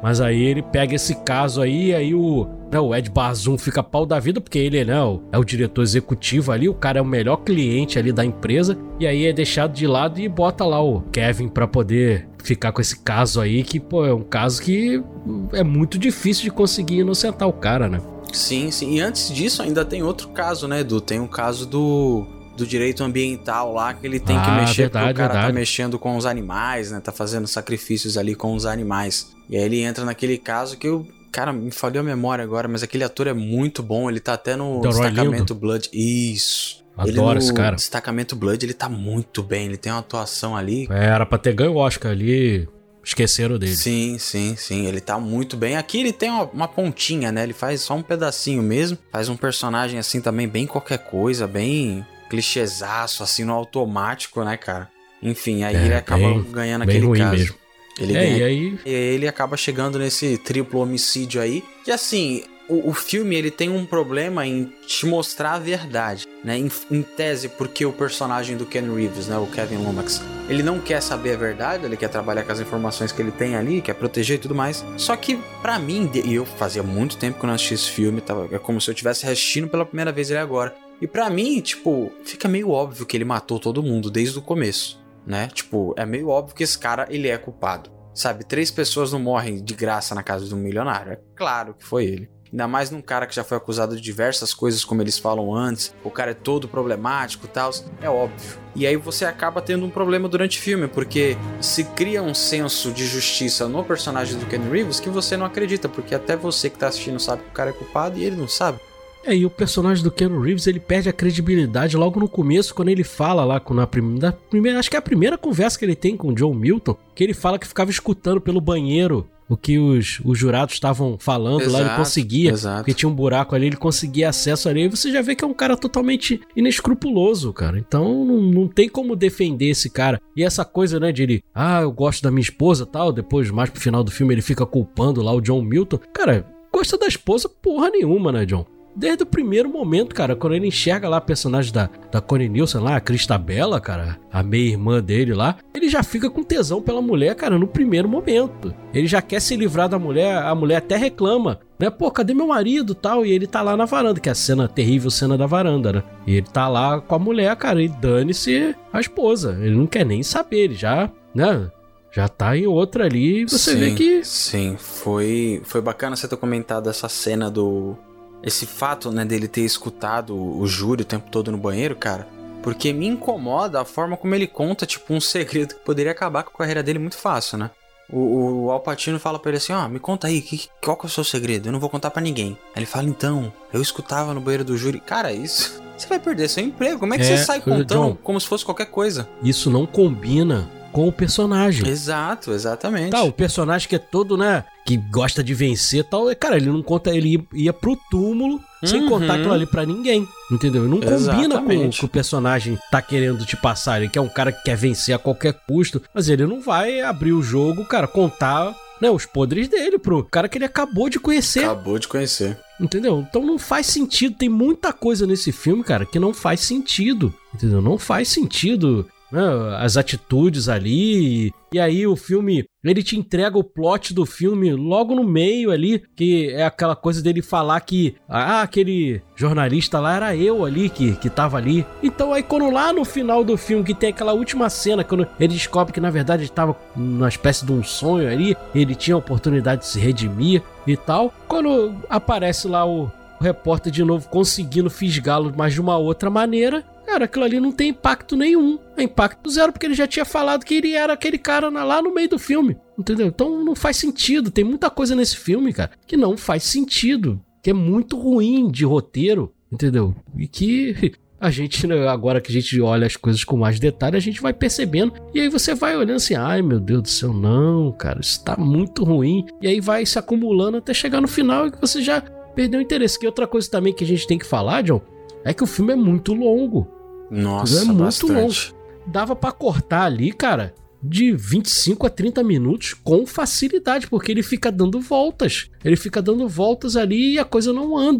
Speaker 2: Mas aí ele pega esse caso aí, aí o, né, o Ed Barzum fica pau da vida, porque ele, né, é o diretor executivo ali, o cara é o melhor cliente ali da empresa, e aí é deixado de lado e bota lá o Kevin pra poder ficar com esse caso aí, que, pô, é um caso que é muito difícil de conseguir inocentar o cara, né?
Speaker 3: Sim, sim. E antes disso ainda tem outro caso, né, Edu? Tem o caso do... do direito ambiental lá, que ele tem
Speaker 2: ah,
Speaker 3: que mexer,
Speaker 2: verdade,
Speaker 3: porque o cara
Speaker 2: verdade.
Speaker 3: tá mexendo com os animais, né, tá fazendo sacrifícios ali com os animais. E aí ele entra naquele caso que eu, cara, me falhou a memória agora, mas aquele ator é muito bom, ele tá até no
Speaker 2: Delroy
Speaker 3: Destacamento
Speaker 2: Lindo.
Speaker 3: Blood. Isso.
Speaker 2: Adoro
Speaker 3: ele no
Speaker 2: esse cara.
Speaker 3: Destacamento Blood, ele tá muito bem, ele tem uma atuação ali.
Speaker 2: É, era pra ter ganho o Oscar ali, esqueceram dele.
Speaker 3: Sim, sim, sim, ele tá muito bem. Aqui ele tem uma, uma pontinha, né, ele faz só um pedacinho mesmo, faz um personagem assim também bem qualquer coisa, bem... clichêzaço, assim, no automático, né, cara? Enfim, aí
Speaker 2: É,
Speaker 3: ele acaba
Speaker 2: bem,
Speaker 3: ganhando
Speaker 2: bem
Speaker 3: aquele
Speaker 2: ruim
Speaker 3: caso.
Speaker 2: mesmo.
Speaker 3: Ele
Speaker 2: é,
Speaker 3: ganha,
Speaker 2: e aí...
Speaker 3: e ele acaba chegando nesse triplo homicídio aí. Que assim, o, o filme ele tem um problema em te mostrar a verdade, né? Em, em tese, porque o personagem do Ken Reeves, né, o Kevin Lomax, ele não quer saber a verdade, ele quer trabalhar com as informações que ele tem ali, quer proteger e tudo mais. Só que, pra mim, e eu fazia muito tempo que eu não assisti esse filme, tava, é como se eu estivesse assistindo pela primeira vez ele agora. E pra mim, tipo, fica meio óbvio que ele matou todo mundo desde o começo, né? Tipo, é meio óbvio que esse cara, ele é culpado. Sabe, três pessoas não morrem de graça na casa de um milionário. É claro que foi ele. Ainda mais num cara que já foi acusado de diversas coisas, como eles falam antes. O cara é todo problemático e tal. É óbvio. E aí você acaba tendo um problema durante o filme, porque se cria um senso de justiça no personagem do Ken Reeves que você não acredita, porque até você que tá assistindo sabe que o cara é culpado e ele não sabe.
Speaker 2: É, e o personagem do Keanu Reeves, ele perde a credibilidade logo no começo, quando ele fala lá, com, na primeira, primeira, acho que é a primeira conversa que ele tem com o John Milton, que ele fala que ficava escutando pelo banheiro o que os, os jurados estavam falando. Exato, lá, ele conseguia, exato. Porque tinha um buraco ali, ele conseguia acesso ali, e você já vê que é um cara totalmente inescrupuloso, cara. Então não, não tem como defender esse cara. E essa coisa, né, de ele, ah, eu gosto da minha esposa e tal, depois, mais pro final do filme, ele fica culpando lá o John Milton. Cara, gosta da esposa porra nenhuma, né, John? Desde o primeiro momento, cara, quando ele enxerga lá a personagem da, da Connie Nielsen lá, a Cristabella, cara, a meia-irmã dele lá, ele já fica com tesão pela mulher, cara, no primeiro momento. Ele já quer se livrar da mulher, a mulher até reclama, né? Pô, cadê meu marido e tal? E ele tá lá na varanda, que é a cena, a terrível cena da varanda, né? E ele tá lá com a mulher, cara, e dane-se a esposa. Ele não quer nem saber, ele já, né? Já tá em outra ali e você
Speaker 3: sim,
Speaker 2: vê que...
Speaker 3: Sim, foi, foi bacana você ter comentado essa cena do... Esse fato, né, dele ter escutado o júri o tempo todo no banheiro, cara, porque me incomoda a forma como ele conta, tipo, um segredo que poderia acabar com a carreira dele muito fácil, né? O, o Al Pacino fala pra ele assim, ó, oh, me conta aí, que, qual que é o seu segredo? Eu não vou contar pra ninguém. Aí ele fala, então, eu escutava no banheiro do júri. Cara, isso... Você vai perder seu emprego. Como é que é, você sai contando John, como se fosse qualquer coisa?
Speaker 2: Isso não combina com o personagem.
Speaker 3: Exato, exatamente.
Speaker 2: Tá, o personagem que é todo, né, que gosta de vencer e tal, cara, ele não conta, ele ia, ia pro túmulo uhum. sem contar aquilo ali pra ninguém, entendeu? Não combina com o que o personagem tá querendo te passar, ele quer um cara que quer vencer a qualquer custo, mas ele não vai abrir o jogo, cara, contar, né, os podres dele pro cara que ele acabou de conhecer.
Speaker 3: Acabou de conhecer.
Speaker 2: Entendeu? Então não faz sentido, tem muita coisa nesse filme, cara, que não faz sentido, entendeu? Não faz sentido... as atitudes ali, e, e aí o filme, ele te entrega o plot do filme logo no meio ali, que é aquela coisa dele falar que, ah, aquele jornalista lá era eu ali, que, que tava ali. Então aí quando lá no final do filme, que tem aquela última cena, quando ele descobre que na verdade ele tava numa espécie de um sonho ali, ele tinha a oportunidade de se redimir e tal, quando aparece lá o, o repórter de novo conseguindo fisgá-lo, mas de uma outra maneira, cara, aquilo ali não tem impacto nenhum. É impacto zero, porque ele já tinha falado que ele era aquele cara lá no meio do filme. Entendeu? Então não faz sentido. Tem muita coisa nesse filme, cara, que não faz sentido. Que é muito ruim de roteiro, entendeu? E que a gente, agora que a gente olha as coisas com mais detalhe, a gente vai percebendo. E aí você vai olhando assim, ai meu Deus do céu, não, cara, isso tá muito ruim. E aí vai se acumulando até chegar no final e que você já perdeu o interesse. Que outra coisa também que a gente tem que falar, John, é que o filme é muito longo.
Speaker 3: Nossa,
Speaker 2: é muito
Speaker 3: bastante.
Speaker 2: longo. Dava pra cortar ali, cara, de vinte e cinco a trinta minutos com facilidade, porque ele fica dando voltas. Ele fica dando voltas ali e a coisa não anda.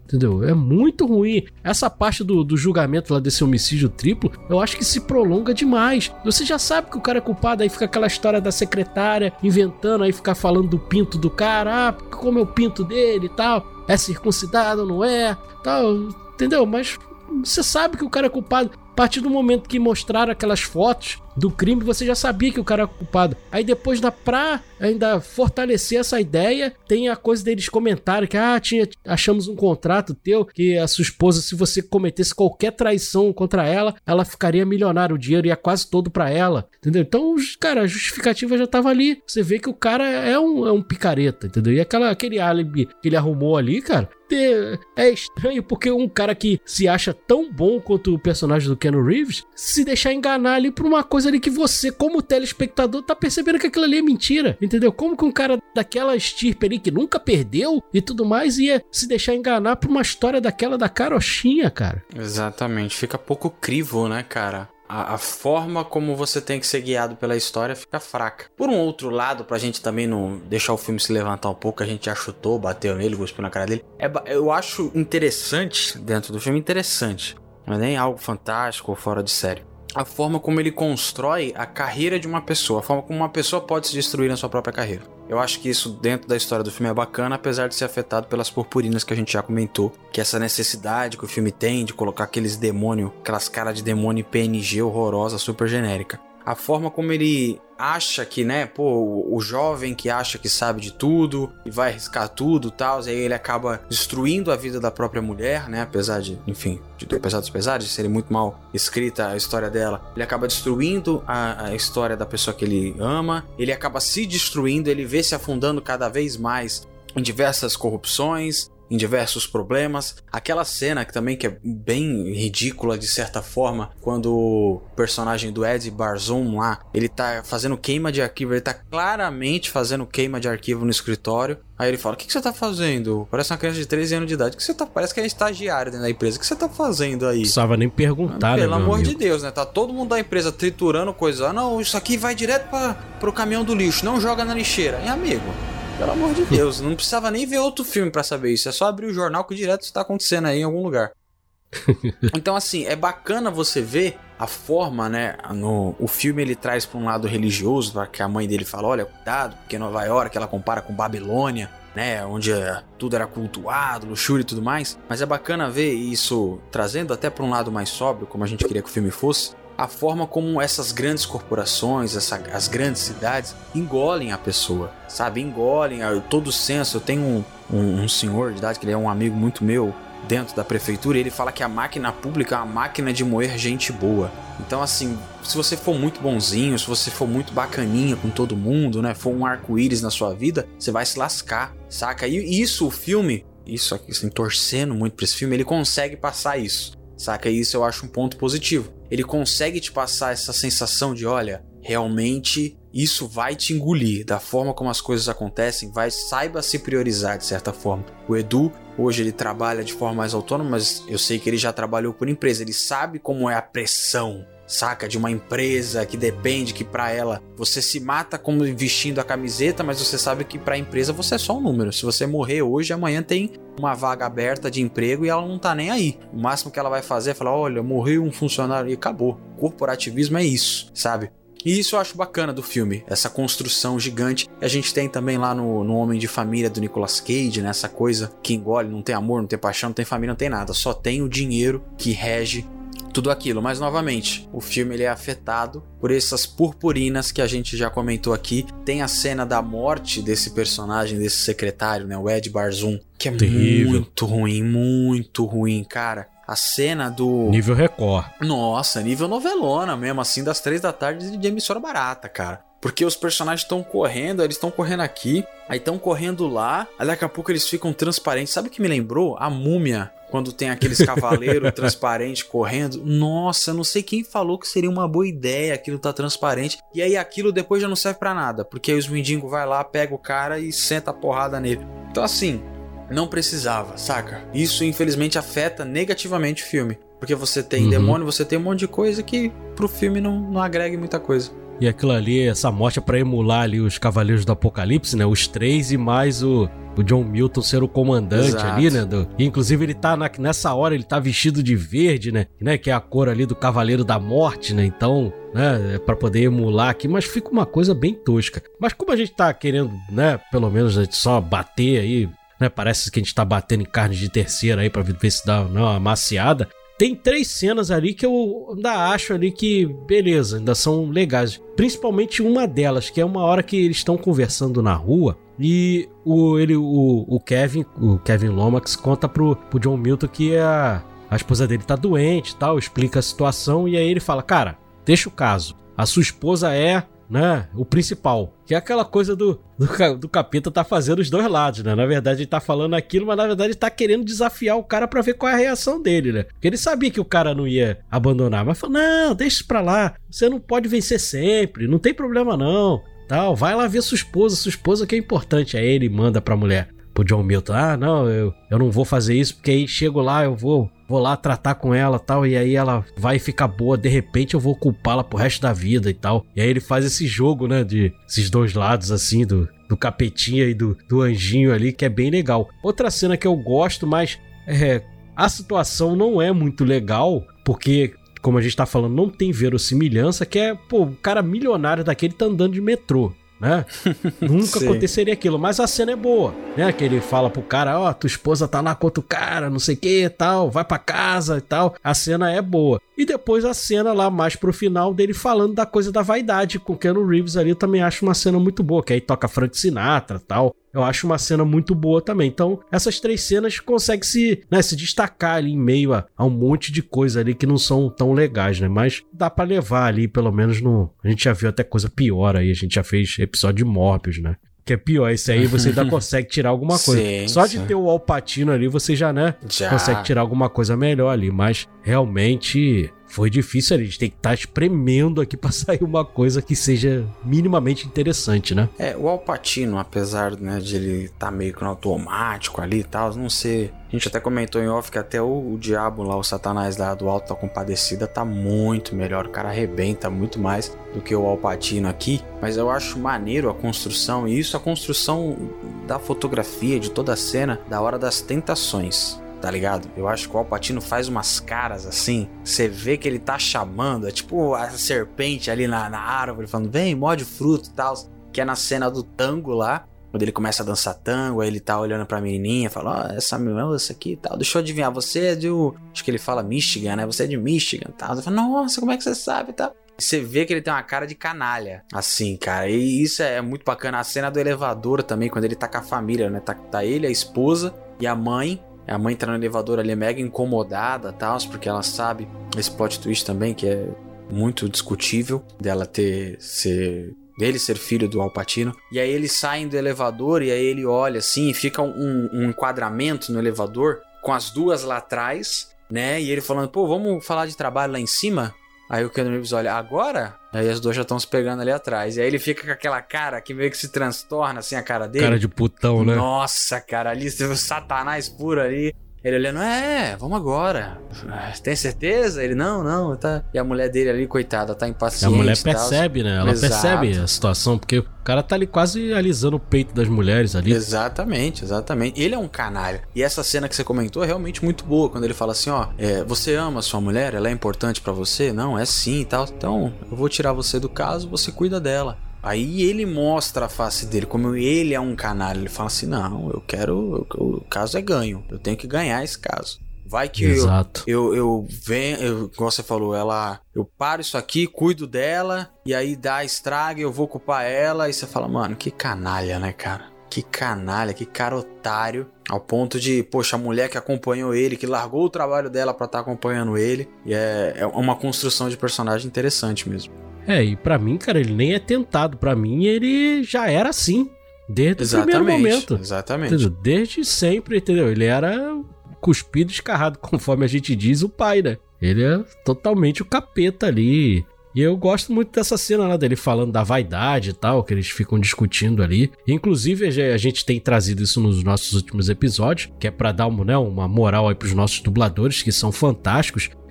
Speaker 2: entendeu? É muito ruim. Essa parte do, do julgamento lá desse homicídio triplo, eu acho que se prolonga demais. Você já sabe que o cara é culpado, aí fica aquela história da secretária inventando, aí ficar falando do pinto do cara, ah, como é o pinto dele e tal, é circuncidado ou não é, tal, entendeu? Mas você sabe que o cara é culpado. A partir do momento que mostraram aquelas fotos do crime, você já sabia que o cara era culpado. Aí depois, da pra ainda fortalecer essa ideia, tem a coisa deles comentarem que ah, tinha, achamos um contrato teu, que a sua esposa, se você cometesse qualquer traição contra ela, ela ficaria milionária, o dinheiro ia quase todo pra ela, entendeu? Então, cara, a justificativa já tava ali. Você vê que o cara é um, é um picareta, entendeu? E aquela, aquele álibi que ele arrumou ali, cara, é estranho, porque um cara que se acha tão bom quanto o personagem do Keanu Reeves, se deixar enganar ali por uma coisa ali que você, como telespectador, tá percebendo que aquilo ali é mentira, entendeu? Como que um cara daquela estirpe ali, que nunca perdeu e tudo mais, ia se deixar enganar por uma história daquela da carochinha, cara?
Speaker 3: Exatamente, fica pouco crivo, né, cara? A, a forma como você tem que ser guiado pela história fica fraca. Por um outro lado, pra gente também não deixar o filme se levantar um pouco, a gente já chutou, bateu nele, cuspiu na cara dele. É, eu acho interessante, dentro do filme, interessante. Não é nem algo fantástico ou fora de série. A forma como ele constrói a carreira de uma pessoa, a forma como uma pessoa pode se destruir na sua própria carreira. Eu acho que isso dentro da história do filme é bacana, apesar de ser afetado pelas purpurinas que a gente já comentou, que essa necessidade que o filme tem de colocar aqueles demônios, aquelas caras de demônio P N G horrorosa, super genérica. A forma como ele acha que, né, pô, o jovem que acha que sabe de tudo e vai arriscar tudo e tal, e aí ele acaba destruindo a vida da própria mulher, né, apesar de, enfim, de, apesar dos pesares, de serem muito mal escrita a história dela, ele acaba destruindo a, a história da pessoa que ele ama, ele acaba se destruindo, ele vê se afundando cada vez mais em diversas corrupções, em diversos problemas. Aquela cena que também que é bem ridícula de certa forma, quando o personagem do Ed Barzum lá, ele tá fazendo queima de arquivo, ele tá claramente fazendo queima de arquivo no escritório. Aí ele fala, o que, que você tá fazendo? Parece uma criança de treze anos de idade. O que você tá... Parece que é estagiário dentro da empresa. O que você tá fazendo aí? Não precisava
Speaker 2: nem perguntar, né,
Speaker 3: pelo amor
Speaker 2: amigo?
Speaker 3: de Deus, né? Tá todo mundo da empresa triturando coisa. Ah, não, isso aqui vai direto pra, pro caminhão do lixo. Não joga na lixeira. E amigo... Pelo amor de Deus, não precisava nem ver outro filme pra saber isso. É só abrir o jornal que direto está acontecendo aí em algum lugar. Então, assim, é bacana você ver a forma, né? No, o filme ele traz pra um lado religioso, para que a mãe dele fala, olha, cuidado, porque Nova York ela compara com Babilônia, né? Onde é, tudo era cultuado, luxúria e tudo mais. Mas é bacana ver isso trazendo até pra um lado mais sóbrio, como a gente queria que o filme fosse. A forma como essas grandes corporações, essa, as grandes cidades engolem a pessoa, sabe? Engolem a, todo o senso. Eu tenho um, um, um senhor de idade, que ele é um amigo muito meu, dentro da prefeitura, e ele fala que a máquina pública é uma máquina de moer gente boa. Então, assim, se você for muito bonzinho, se você for muito bacaninha com todo mundo, né? For um arco-íris na sua vida, você vai se lascar, saca? E isso, o filme, isso aqui, assim, torcendo muito pra esse filme, ele consegue passar isso, saca? E isso eu acho um ponto positivo. Ele consegue te passar essa sensação de, olha, realmente isso vai te engolir, da forma como as coisas acontecem, vai, saiba se priorizar de certa forma. O Edu, hoje ele trabalha de forma mais autônoma, mas eu sei que ele já trabalhou por empresa, ele sabe como é a pressão, saca? De uma empresa que depende, que pra ela você se mata como vestindo a camiseta, mas você sabe que pra empresa você é só um número. Se você morrer hoje, amanhã tem uma vaga aberta de emprego e ela não tá nem aí. O máximo que ela vai fazer é falar, olha, morreu um funcionário e acabou. Corporativismo é isso, sabe? E isso eu acho bacana do filme, essa construção gigante. A gente tem também lá no, no Homem de Família do Nicolas Cage, né? Essa coisa que engole, não tem amor, não tem paixão, não tem família, não tem nada. Só tem o dinheiro que rege tudo aquilo. Mas novamente, o filme ele é afetado por essas purpurinas que a gente já comentou aqui. Tem a cena da morte desse personagem, desse secretário, né, o Ed Barzum, que é terrível, muito ruim, muito ruim, cara. A cena do...
Speaker 2: Nível Record.
Speaker 3: Nossa, nível novelona mesmo, assim, das três da tarde de emissora barata, cara. Porque os personagens estão correndo, eles estão correndo aqui, aí estão correndo lá, aí daqui a pouco eles ficam transparentes. Sabe o que me lembrou? A Múmia, quando tem aqueles cavaleiros transparentes correndo. Nossa, eu não sei quem falou que seria uma boa ideia aquilo tá transparente. E aí aquilo depois já não serve pra nada, porque aí os mendigos vai lá, pega o cara e senta a porrada nele. Então assim, não precisava, saca? Isso infelizmente afeta negativamente o filme, porque você tem uhum. demônio, você tem um monte de coisa que pro filme não, não agrega muita coisa.
Speaker 2: E aquilo ali, essa morte é pra emular ali os Cavaleiros do Apocalipse, né? Os três e mais o, o John Milton ser o comandante. Exato. Ali, né? Do, e inclusive ele tá, na, nessa hora, ele tá vestido de verde, né? né? Que é a cor ali do Cavaleiro da Morte, né? Então, né? Pra poder emular aqui, mas fica uma coisa bem tosca. Mas como a gente tá querendo, né? Pelo menos a gente só bater aí, né? Parece que a gente tá batendo em carne de terceira aí pra ver se dá não, uma maciada. Tem três cenas ali que eu ainda acho ali que, beleza, ainda são legais. Principalmente uma delas, que é uma hora que eles estão conversando na rua e o, ele, o, o Kevin, o Kevin Lomax conta pro, pro John Milton que a, a esposa dele tá doente e tal, explica a situação e aí ele fala, cara, deixa o caso, a sua esposa é... né, o principal, que é aquela coisa do, do, do capeta tá fazendo os dois lados, né, na verdade ele tá falando aquilo, mas na verdade ele tá querendo desafiar o cara pra ver qual é a reação dele, né, porque ele sabia que o cara não ia abandonar, mas falou, não, deixa isso pra lá, você não pode vencer sempre, não tem problema não, tal, vai lá ver sua esposa, sua esposa que é importante, aí ele manda pra mulher, pro John Milton, ah, não, eu, eu não vou fazer isso, porque aí chego lá, eu vou... vou lá tratar com ela e tal, e aí ela vai ficar boa, de repente eu vou culpá-la pro resto da vida e tal. E aí ele faz esse jogo, né, de esses dois lados, assim, do, do capetinha e do, do anjinho ali, que é bem legal. Outra cena que eu gosto, mas é, a situação não é muito legal, porque, como a gente tá falando, não tem verossimilhança, que é, pô, o cara milionário daquele tá andando de metrô. Né? Nunca aconteceria aquilo, mas a cena é boa, né? Que ele fala pro cara, ó, oh, tua esposa tá lá com outro cara, não sei o que e tal, vai pra casa e tal. A cena é boa. E depois a cena lá mais pro final dele falando da coisa da vaidade com o Keanu Reeves ali, eu também acho uma cena muito boa, que aí toca Frank Sinatra e tal. Eu acho uma cena muito boa também. Então, essas três cenas conseguem se, né, se destacar ali em meio a, a um monte de coisa ali que não são tão legais, né? Mas dá pra levar ali, pelo menos no... A gente já viu até coisa pior aí. A gente já fez episódio de Morbius, né? Que é pior. Esse aí você ainda consegue tirar alguma coisa. Sim, Só sim. de ter o Al Pacino ali, você já, né? Já. Consegue tirar alguma coisa melhor ali. Mas, realmente... Foi difícil ali, a gente tem que estar espremendo aqui pra sair uma coisa que seja minimamente interessante, né?
Speaker 3: É, o Al Pacino, apesar, né, de ele estar tá meio que no automático ali e tal, não sei... A gente até comentou em off que até o, o diabo lá, o Satanás lá do Alto da Compadecida tá muito melhor, o cara arrebenta muito mais do que o Al Pacino aqui, mas eu acho maneiro a construção, e isso a construção da fotografia, de toda a cena, da hora das tentações. Tá ligado? Eu acho que o Al Pacino faz umas caras assim, você vê que ele tá chamando, é tipo a serpente ali na, na árvore, falando, vem, morde fruto e tal, que é na cena do tango lá, quando ele começa a dançar tango, aí ele tá olhando pra menininha, fala, ó, oh, essa moça aqui e tal, deixa eu adivinhar, você é de, acho que ele fala Michigan, né, você é de Michigan e tal, você fala, nossa, como é que você sabe e tal. Você vê que ele tem uma cara de canalha, assim, cara, e isso é muito bacana, a cena do elevador também, quando ele tá com a família, né, tá, tá ele, a esposa e a mãe. A mãe tá no elevador ali mega incomodada, tal, porque ela sabe esse plot twist também, que é muito discutível, dela ter, ser, dele ser filho do Al Pacino. E aí eles saem do elevador e aí ele olha assim, e fica um, um enquadramento no elevador com as duas lá atrás, né? E ele falando, pô, vamos falar de trabalho lá em cima? Aí o Keanu Reeves olha, agora? Aí as duas já estão se pegando ali atrás. E aí ele fica com aquela cara que meio que se transtorna, assim, a cara dele.
Speaker 2: Cara de putão, né?
Speaker 3: Nossa, cara, ali você vê o Satanás puro ali. Ele olhando, é, vamos agora. Tem certeza? Ele, não, não, tá. E a mulher dele ali, coitada, tá impaciente.
Speaker 2: A mulher percebe, né? Ela Exato. percebe a situação, porque o cara tá ali quase alisando o peito das mulheres ali.
Speaker 3: Exatamente, exatamente. Ele é um canalha. E essa cena que você comentou é realmente muito boa, quando ele fala assim, ó, é, você ama a sua mulher? Ela é importante pra você? Não, é sim e tal. Então, eu vou tirar você do caso, você cuida dela. Aí ele mostra a face dele, como ele é um canalha. Ele fala assim, não, eu quero, eu, o caso é ganho, eu tenho que ganhar esse caso. Vai que Exato. eu, eu, eu venho, eu, como você falou, ela, eu paro isso aqui, cuido dela, e aí dá estraga, eu vou culpar ela, e você fala, mano, que canalha, né, cara? Que canalha, que cara otário, ao ponto de, poxa, a mulher que acompanhou ele, que largou o trabalho dela pra estar acompanhando ele, e é, é uma construção de personagem interessante mesmo.
Speaker 2: É, e pra mim, cara, ele nem é tentado. Pra mim, ele já era assim. Desde exatamente, o primeiro momento.
Speaker 3: Exatamente.
Speaker 2: Entendeu? Desde sempre, entendeu? Ele era cuspido e escarrado, conforme a gente diz, o pai, né? Ele é totalmente o capeta ali. E eu gosto muito dessa cena lá dele falando da vaidade e tal, que eles ficam discutindo ali. Inclusive, a gente tem trazido isso nos nossos últimos episódios, que é pra dar uma, né, uma moral aí pros nossos dubladores, que são fantásticos.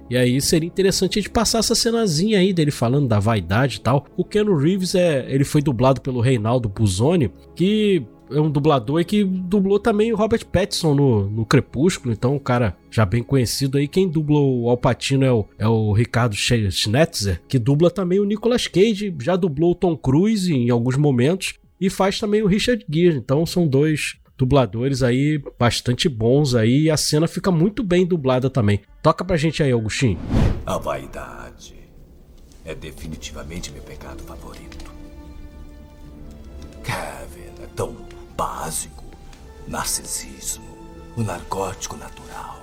Speaker 2: E aí seria interessante a gente passar essa cenazinha aí dele falando da vaidade e tal. O Keanu Reeves, é, ele foi dublado pelo Reinaldo Buzzoni, que é um dublador que dublou também o Robert Pattinson no, no Crepúsculo, então um cara já bem conhecido aí. Quem dubla o Al Pacino é o, é o Ricardo Schnetzer, que dubla também o Nicolas Cage, já dublou o Tom Cruise em alguns momentos e faz também o Richard Gere, então são dois dubladores aí bastante bons aí e a cena fica muito bem dublada também. Toca pra gente aí, Augustinho.
Speaker 5: A vaidade é definitivamente meu pecado favorito. Kevin é tão básico, narcisismo, o narcótico natural.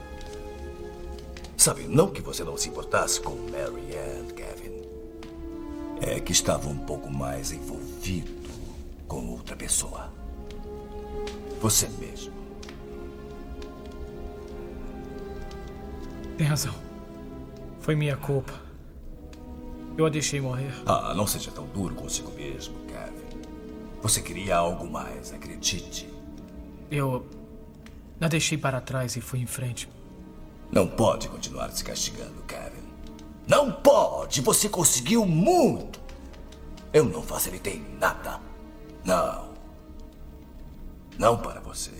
Speaker 5: Sabe, não que você não se importasse com Mary Ann, Kevin. É que estava um pouco mais envolvido com outra pessoa. Você mesmo.
Speaker 6: Tem razão. Foi minha culpa. Eu a deixei morrer.
Speaker 5: Ah, não seja tão duro consigo mesmo, Kevin. Você queria algo mais, acredite.
Speaker 6: Eu a deixei para trás e fui em frente.
Speaker 5: Não pode continuar se castigando, Kevin. Não pode! Você conseguiu muito! Eu não facilitei nada. Não. Não para você.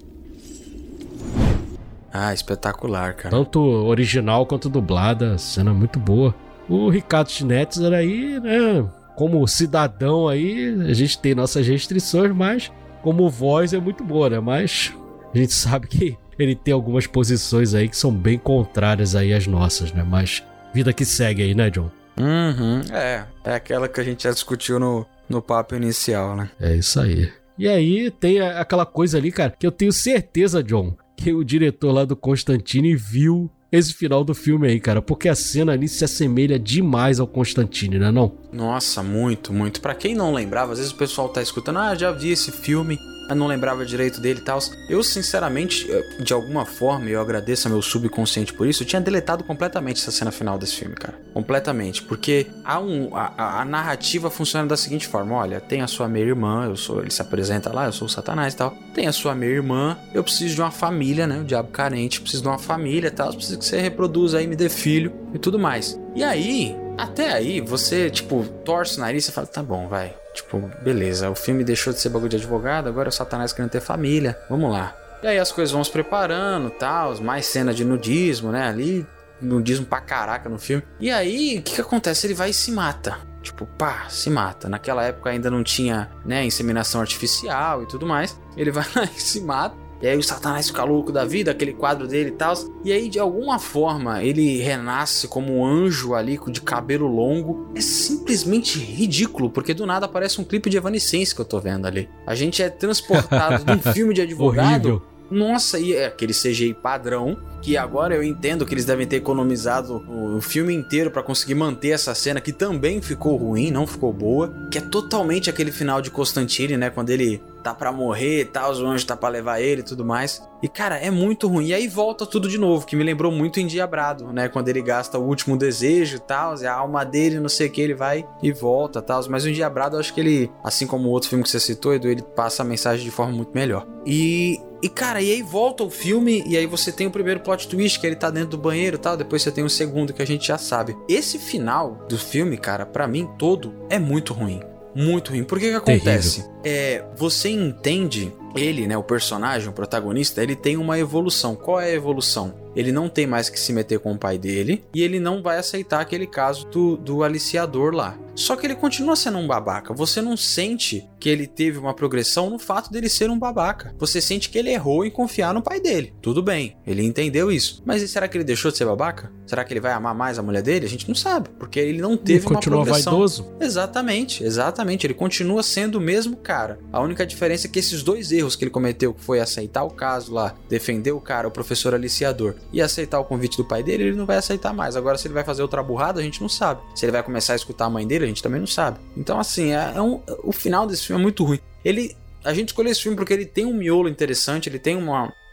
Speaker 3: Ah, espetacular, cara.
Speaker 2: Tanto original quanto dublada, cena muito boa. O Ricardo Schnetzer aí, né, como cidadão aí, a gente tem nossas restrições, mas como voz é muito boa, né? Mas a gente sabe que ele tem algumas posições aí que são bem contrárias aí às nossas, né? Mas vida que segue aí, né, John?
Speaker 3: Uhum, é. É aquela que a gente já discutiu no, no papo inicial, né?
Speaker 2: É isso aí. E aí tem aquela coisa ali, cara, que eu tenho certeza, John, que o diretor lá do Constantine viu esse final do filme aí, cara, porque a cena ali se assemelha demais ao Constantine, né, não?
Speaker 3: Nossa, muito, muito. Pra quem não lembrava, às vezes o pessoal tá escutando, ah, já vi esse filme, eu não lembrava direito dele e tal. Eu, sinceramente, de alguma forma, eu agradeço ao meu subconsciente por isso, eu tinha deletado completamente essa cena final desse filme, cara. Completamente, porque há um, a, a narrativa funciona da seguinte forma, olha, tem a sua meia-irmã, eu sou, ele se apresenta lá, eu sou o Satanás e tal, tem a sua meia-irmã, eu preciso de uma família, né, o diabo carente, preciso de uma família e tal, eu preciso que você reproduza aí, me dê filho e tudo mais. E aí, até aí, você, tipo, torce o nariz e fala, tá bom, vai. Tipo, beleza, o filme deixou de ser bagulho de advogado, agora é o Satanás querendo ter família, vamos lá. E aí as coisas vão se preparando, tal, mais cena de nudismo, né, ali, nudismo pra caraca no filme. E aí, o que que acontece? Ele vai e se mata. Tipo, pá, se mata. Naquela época ainda não tinha, né, inseminação artificial e tudo mais. Ele vai lá e se mata. E aí o Satanás fica louco da vida, aquele quadro dele e tal. E aí, de alguma forma, ele renasce como um anjo ali, de cabelo longo. É simplesmente ridículo, porque do nada aparece um clipe de Evanescence que eu tô vendo ali. A gente é transportado de um filme de advogado.
Speaker 2: Horrível.
Speaker 3: Nossa, e é aquele C G I padrão, que agora eu entendo que eles devem ter economizado o filme inteiro pra conseguir manter essa cena, que também ficou ruim, não ficou boa, que é totalmente aquele final de Constantine, né, quando ele tá pra morrer e tal, o anjo tá pra levar ele e tudo mais. E cara, é muito ruim. E aí volta tudo de novo, que me lembrou muito Endiabrado, né, quando ele gasta o último desejo e tal, e a alma dele, não sei o que, ele vai e volta e tal. Mas o Endiabrado, eu acho que ele, assim como o outro filme que você citou, Edu, ele passa a mensagem de forma muito melhor. E... E cara, e aí volta o filme, e aí você tem o primeiro plot twist, que ele tá dentro do banheiro e tal, depois você tem o segundo, que a gente já sabe. Esse final do filme, cara, pra mim todo, é muito ruim. Muito ruim. Por que que acontece? É, você entende, ele, né, o personagem, o protagonista, ele tem uma evolução. Qual é a evolução? Ele não tem mais que se meter com o pai dele, e ele não vai aceitar aquele caso do, do aliciador lá. Só que ele continua sendo um babaca. Você não sente que ele teve uma progressão no fato dele ser um babaca. Você sente que ele errou em confiar no pai dele. Tudo bem, ele entendeu isso. Mas será que ele deixou de ser babaca? Será que ele vai amar mais a mulher dele? A gente não sabe, porque ele não teve
Speaker 2: ele
Speaker 3: uma
Speaker 2: continua
Speaker 3: progressão.
Speaker 2: Vaidoso.
Speaker 3: Exatamente, exatamente. Ele continua sendo o mesmo cara. A única diferença é que esses dois erros que ele cometeu, que foi aceitar o caso lá, defender o cara, o professor aliciador, e aceitar o convite do pai dele, ele não vai aceitar mais. Agora, se ele vai fazer outra burrada, a gente não sabe. Se ele vai começar a escutar a mãe dele, a gente também não sabe. Então, assim, é, é um, o final desse filme é muito ruim. Ele, a gente escolheu esse filme porque ele tem um miolo interessante, ele tem uma,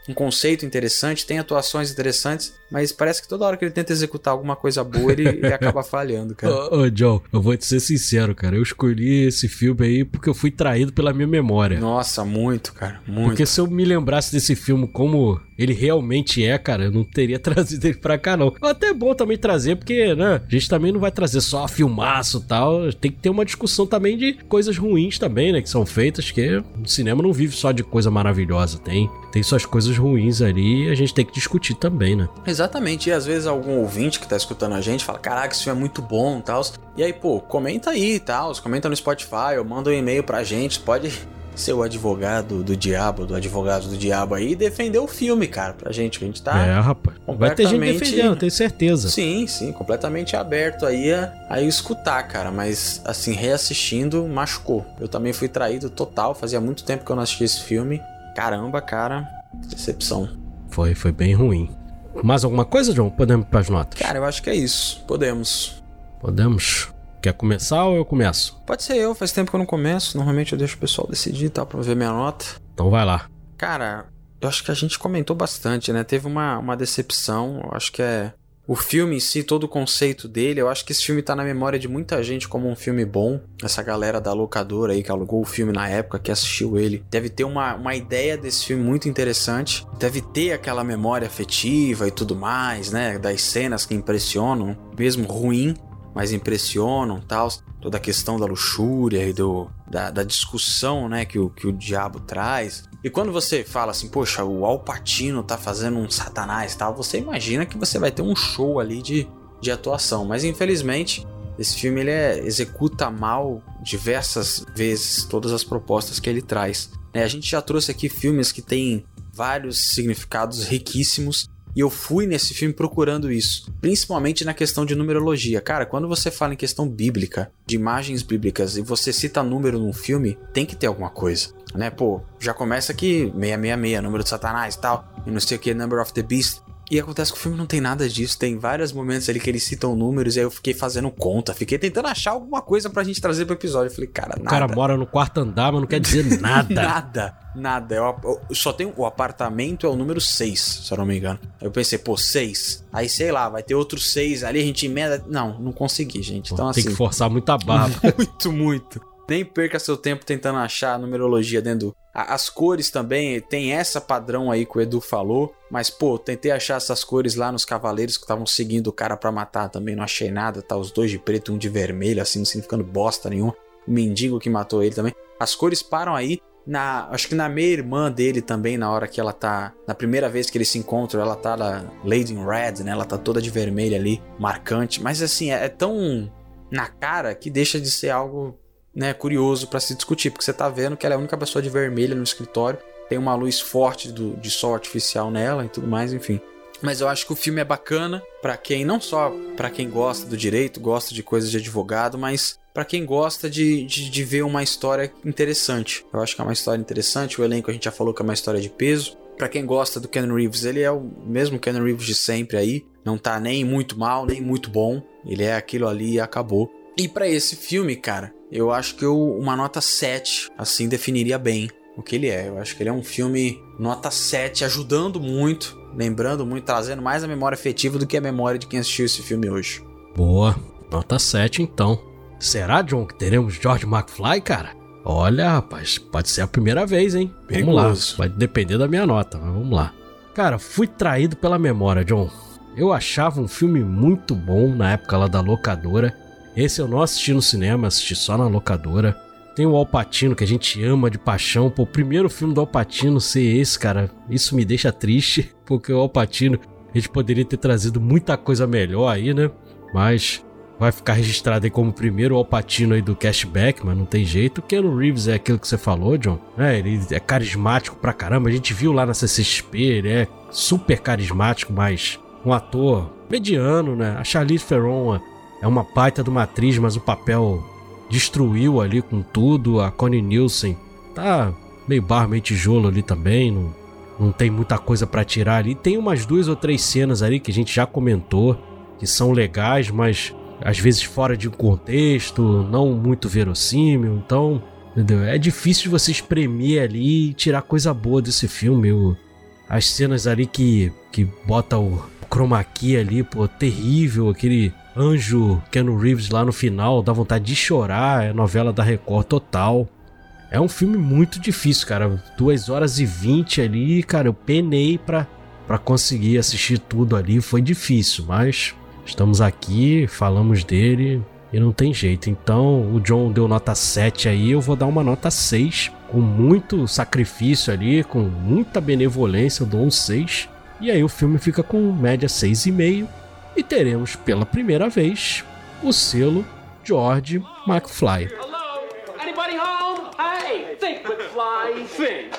Speaker 3: um conceito interessante, tem atuações interessantes, mas parece que toda hora que ele tenta executar alguma coisa boa, ele, ele acaba falhando, cara.
Speaker 2: Ô, ô, John, eu vou te ser sincero, cara. Eu escolhi esse filme aí porque eu fui traído pela minha memória.
Speaker 3: Nossa, muito, cara, muito.
Speaker 2: Porque se eu me lembrasse desse filme como ele realmente é, cara, eu não teria trazido ele pra cá, não. Até é bom também trazer, porque, né, a gente também não vai trazer só filmaço e tal. Tem que ter uma discussão também de coisas ruins também, né, que são feitas, que o cinema não vive só de coisa maravilhosa. Tem, tem suas coisas ruins ali e a gente tem que discutir também, né?
Speaker 3: Exatamente, e às vezes algum ouvinte que tá escutando a gente fala, caraca, esse filme é muito bom e tal. E aí, pô, comenta aí e tal, comenta no Spotify ou manda um e-mail pra gente, pode ser o advogado do diabo, do advogado do diabo aí e defender o filme, cara, pra gente, que a gente tá...
Speaker 2: É, rapaz, vai ter gente defendendo, tenho certeza.
Speaker 3: Sim, sim, completamente aberto aí a, a escutar, cara, mas assim, reassistindo, machucou. Eu também fui traído total, fazia muito tempo que eu não assisti esse filme. Caramba, cara, decepção.
Speaker 2: Foi, foi bem ruim. Mais alguma coisa, John? Podemos ir pras notas?
Speaker 3: Cara, eu acho que é isso. Podemos.
Speaker 2: Podemos? Quer começar ou eu começo?
Speaker 3: Pode ser eu, faz tempo que eu não começo. Normalmente eu deixo o pessoal decidir, tá? Pra ver minha nota.
Speaker 2: Então vai lá.
Speaker 3: Cara, eu acho que a gente comentou bastante, né? Teve uma, uma decepção. Eu acho que é... O filme em si, todo o conceito dele, eu acho que esse filme tá na memória de muita gente como um filme bom. Essa galera da locadora aí que alugou o filme na época, que assistiu ele, deve ter uma, uma ideia desse filme muito interessante. Deve ter aquela memória afetiva e tudo mais, né? Das cenas que impressionam, mesmo ruim, mas impressionam e tal. Toda a questão da luxúria e do, da, da discussão, né, que o, que o diabo traz. E quando você fala assim, poxa, o Al Pacino tá fazendo um satanás e tal, você imagina que você vai ter um show ali de, de atuação. Mas infelizmente, esse filme ele é, executa mal diversas vezes todas as propostas que ele traz. É, a gente já trouxe aqui filmes que têm vários significados riquíssimos. E eu fui nesse filme procurando isso, principalmente na questão de numerologia. Cara, quando você fala em questão bíblica, de imagens bíblicas, e você cita número num filme, tem que ter alguma coisa, né? Pô, já começa aqui seiscentos e sessenta e seis, número de Satanás e tal, e não sei o que, Number of the Beast. E acontece que o filme não tem nada disso, tem vários momentos ali que eles citam números, e aí eu fiquei fazendo conta, fiquei tentando achar alguma coisa pra gente trazer pro episódio. Eu falei, cara, nada.
Speaker 2: O cara mora no quarto andar, mas não quer dizer nada.
Speaker 3: Nada, nada. Eu, eu, só tem o apartamento, é o número seis, se eu não me engano. Aí eu pensei, pô, seis. Aí, sei lá, vai ter outros seis ali, a gente emenda. Não, não consegui, gente. Então,
Speaker 2: tem
Speaker 3: assim,
Speaker 2: que forçar muita barra.
Speaker 3: Muito, muito. Nem perca seu tempo tentando achar a numerologia dentro do... As cores também, tem essa padrão aí que o Edu falou, mas pô, tentei achar essas cores lá nos cavaleiros que estavam seguindo o cara pra matar, também não achei nada, tá os dois de preto e um de vermelho, assim, não significando bosta nenhuma. O mendigo que matou ele também. As cores param aí, na, acho que na meia-irmã dele também, na hora que ela tá, na primeira vez que eles se encontram, ela tá lá, Lady in Red, né, ela tá toda de vermelho ali, marcante, mas assim, é, é tão na cara que deixa de ser algo... né, curioso pra se discutir, porque você tá vendo que ela é a única pessoa de vermelho no escritório, tem uma luz forte do, de sol artificial nela e tudo mais, enfim. Mas eu acho que o filme é bacana pra quem, não só pra quem gosta do direito, gosta de coisas de advogado, mas pra quem gosta de, de, de ver uma história interessante. Eu acho que é uma história interessante, o elenco a gente já falou que é uma história de peso. Pra quem gosta do Ken Reeves, ele é o mesmo Ken Reeves de sempre aí, não tá nem muito mal, nem muito bom, ele é aquilo ali e acabou. E pra esse filme, cara, eu acho que eu, uma nota sete, assim, definiria bem o que ele é. Eu acho que ele é um filme nota sete, ajudando muito, lembrando muito, trazendo mais a memória afetiva do que a memória de quem assistiu esse filme hoje.
Speaker 2: Boa, nota sete então. Será, John, que teremos George McFly, cara? Olha, rapaz, pode ser a primeira vez, hein? Perigoso. Vamos lá, vai depender da minha nota, mas vamos lá. Cara, fui traído pela memória, John. Eu achava um filme muito bom na época lá da locadora. Esse eu não assisti no cinema, assisti só na locadora. Tem o Al Pacino, que a gente ama de paixão. Pô, o primeiro filme do Al Pacino ser esse, cara, isso me deixa triste, porque o Al Pacino, a gente poderia ter trazido muita coisa melhor aí, né? Mas vai ficar registrado aí como o primeiro Al Pacino aí do Cashback, mas não tem jeito. O Keanu Reeves é aquilo que você falou, John. É, ele é carismático pra caramba. A gente viu lá na C C X P, ele é super carismático, mas um ator mediano, né? A Charlize Theron é uma baita de uma atriz, mas o papel destruiu ali com tudo. A Connie Nielsen tá meio barro, meio tijolo ali também. Não, não tem muita coisa pra tirar ali. Tem umas duas ou três cenas ali que a gente já comentou, que são legais, mas às vezes fora de um contexto, não muito verossímil. Então, entendeu? É difícil de você espremer ali e tirar coisa boa desse filme. Eu, as cenas ali que, que bota o chroma key ali, pô, terrível, aquele anjo Keanu Reeves lá no final, dá vontade de chorar, é novela da Record total. É um filme muito difícil, cara, duas horas e vinte ali, cara, eu penei pra, pra conseguir assistir tudo ali, foi difícil, mas estamos aqui, falamos dele e não tem jeito. Então o John deu nota sete aí, eu vou dar uma nota seis, com muito sacrifício ali, com muita benevolência, eu dou um seis. E aí o filme fica com média seis vírgula cinco e teremos pela primeira vez o selo George McFly.
Speaker 7: Hello? Anybody home? Hey, think McFly, think.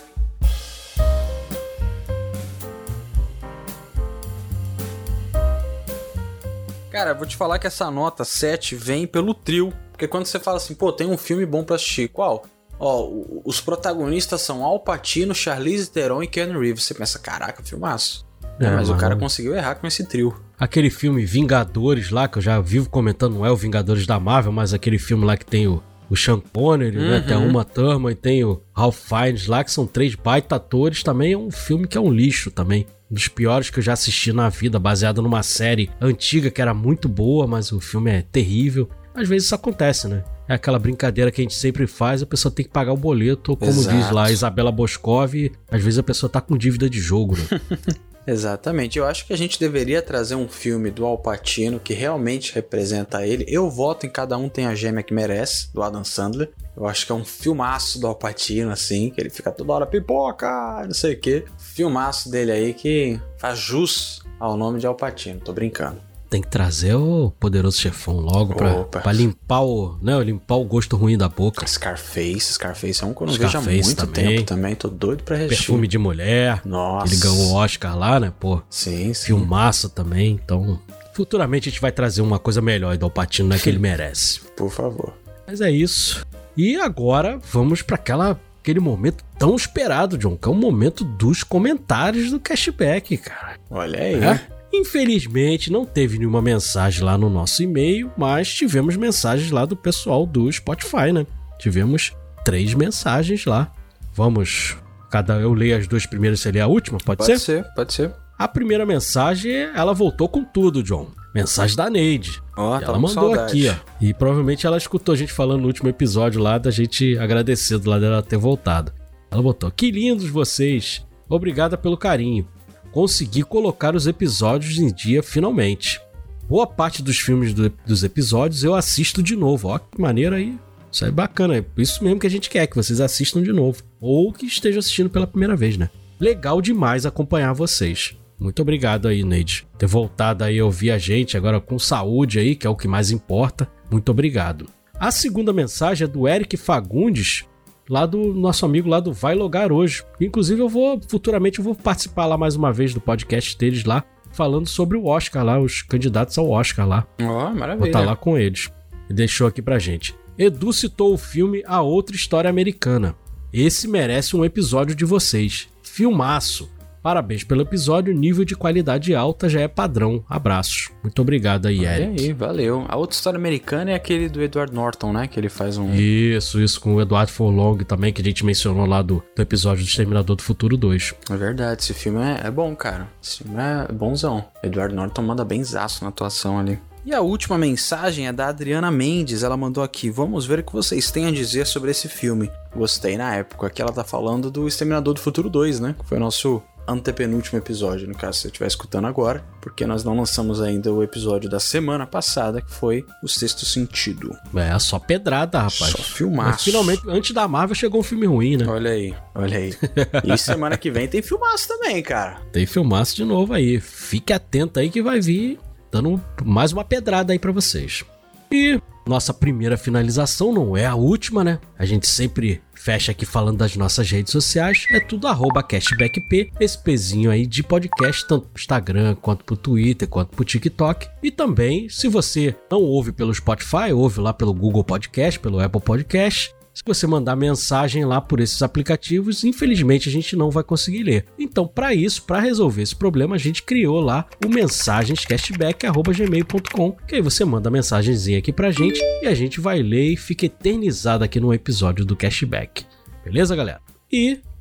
Speaker 3: Cara, vou te falar que essa nota sete vem pelo trio. Porque quando você fala assim, pô, tem um filme bom pra assistir, qual? Ó, os protagonistas são Al Pacino, Charlize Theron e Keanu Reeves. Você pensa, caraca, filmaço. É, mas mano, o cara conseguiu errar com esse trio.
Speaker 2: Aquele filme Vingadores lá, que eu já vivo comentando, não é o Vingadores da Marvel, mas aquele filme lá que tem o, o Sean Connery, uhum. né? Tem a Uma Thurman e tem o Ralph Fiennes lá, que são três baita atores. Também é um filme que é um lixo também. Um dos piores que eu já assisti na vida, baseado numa série antiga que era muito boa, mas o filme é terrível. Às vezes isso acontece, né? É aquela brincadeira que a gente sempre faz, a pessoa tem que pagar o boleto, ou como Exato. Diz lá a Isabela Boscov, às vezes a pessoa tá com dívida de jogo, né?
Speaker 3: Exatamente, eu acho que a gente deveria trazer um filme do Al Pacino que realmente representa ele. Eu voto em Cada Um Tem a Gêmea que Merece, do Adam Sandler. Eu acho que é um filmaço do Al Pacino, assim, que ele fica toda hora pipoca, não sei o que. Filmaço dele aí que faz jus ao nome de Al Pacino, tô brincando.
Speaker 2: Tem que trazer o Poderoso Chefão logo pra, pra limpar, o, né, limpar o gosto ruim da boca.
Speaker 3: Scarface, Scarface é um que eu não
Speaker 2: Scarface
Speaker 3: vejo há muito
Speaker 2: também.
Speaker 3: tempo também, tô doido pra assistir.
Speaker 2: Perfume de Mulher,
Speaker 3: Nossa.
Speaker 2: Ele ganhou o Oscar lá, né, pô.
Speaker 3: Sim, sim.
Speaker 2: Filmaço também, então futuramente a gente vai trazer uma coisa melhor do Al Pacino, né, que ele merece.
Speaker 3: Por favor.
Speaker 2: Mas é isso. E agora vamos pra aquela, aquele momento tão esperado, John, que é o momento dos comentários do Cashback, cara.
Speaker 3: Olha aí.
Speaker 2: É? Infelizmente não teve nenhuma mensagem lá no nosso e-mail, mas tivemos mensagens lá do pessoal do Spotify, né? Tivemos três mensagens lá. Vamos, cada eu leio as duas primeiras, você lê a última, pode,
Speaker 3: pode
Speaker 2: ser?
Speaker 3: Pode ser, pode ser.
Speaker 2: A primeira mensagem, ela voltou com tudo, John. Mensagem da Neide.
Speaker 3: Ó, oh,
Speaker 2: ela mandou aqui, ó. E provavelmente ela escutou a gente falando no último episódio lá, da gente agradecendo lá dela ter voltado. Ela botou: que lindos vocês. Obrigada pelo carinho. Consegui colocar os episódios em dia finalmente. Boa parte dos filmes do, dos episódios eu assisto de novo. Ó, que maneira aí. Isso é bacana. É isso mesmo que a gente quer, que vocês assistam de novo. Ou que estejam assistindo pela primeira vez, né? Legal demais acompanhar vocês. Muito obrigado aí, Neide. Ter voltado aí a ouvir a gente agora com saúde aí, que é o que mais importa. Muito obrigado. A segunda mensagem é do Eric Fagundes, lá do nosso amigo lá do Vai Logar Hoje. Inclusive eu vou, futuramente eu vou participar lá mais uma vez do podcast deles lá, falando sobre o Oscar lá, os candidatos ao Oscar lá.
Speaker 3: Ó, oh, maravilha.
Speaker 2: Vou estar lá com eles. E deixou aqui pra gente. Edu citou o filme A Outra História Americana. Esse merece um episódio de vocês. Filmaço. Parabéns pelo episódio, nível de qualidade alta já é padrão. Abraços. Muito obrigado aí, Eric.
Speaker 3: E aí, valeu. A Outra História Americana é aquele do Edward Norton, né? Que ele faz um...
Speaker 2: Isso, isso, com o Edward Furlong também, que a gente mencionou lá do, do episódio do Exterminador do Futuro dois.
Speaker 3: É verdade, esse filme é, é bom, cara. Esse filme é bonzão. Edward Norton manda benzaço na atuação ali. E a última mensagem é da Adriana Mendes. Ela mandou aqui: vamos ver o que vocês têm a dizer sobre esse filme. Gostei na época. Aqui ela tá falando do Exterminador do Futuro dois, né? Que foi o nosso antepenúltimo episódio, no caso, se você estiver escutando agora, porque nós não lançamos ainda o episódio da semana passada, que foi o Sexto Sentido.
Speaker 2: É, só pedrada, rapaz.
Speaker 3: Só filmaço.
Speaker 2: Mas finalmente, antes da Marvel, chegou um filme ruim, né?
Speaker 3: Olha aí, olha aí. E semana que vem tem filmaço também, cara.
Speaker 2: Tem filmaço de novo aí. Fique atento aí que vai vir dando mais uma pedrada aí pra vocês. E nossa primeira finalização não é a última, né? A gente sempre fecha aqui falando das nossas redes sociais. É tudo arroba cashbackp, esse pezinho aí de podcast, tanto pro Instagram, quanto pro Twitter, quanto pro TikTok. E também, se você não ouve pelo Spotify, ouve lá pelo Google Podcast, pelo Apple Podcast. Se você mandar mensagem lá por esses aplicativos, infelizmente a gente não vai conseguir ler. Então, para isso, para resolver esse problema, a gente criou lá o mensagenscashback arroba gmail ponto com, que aí você manda a mensagenzinha aqui pra gente e a gente vai ler e fica eternizado aqui no episódio do Cashback. Beleza, galera? E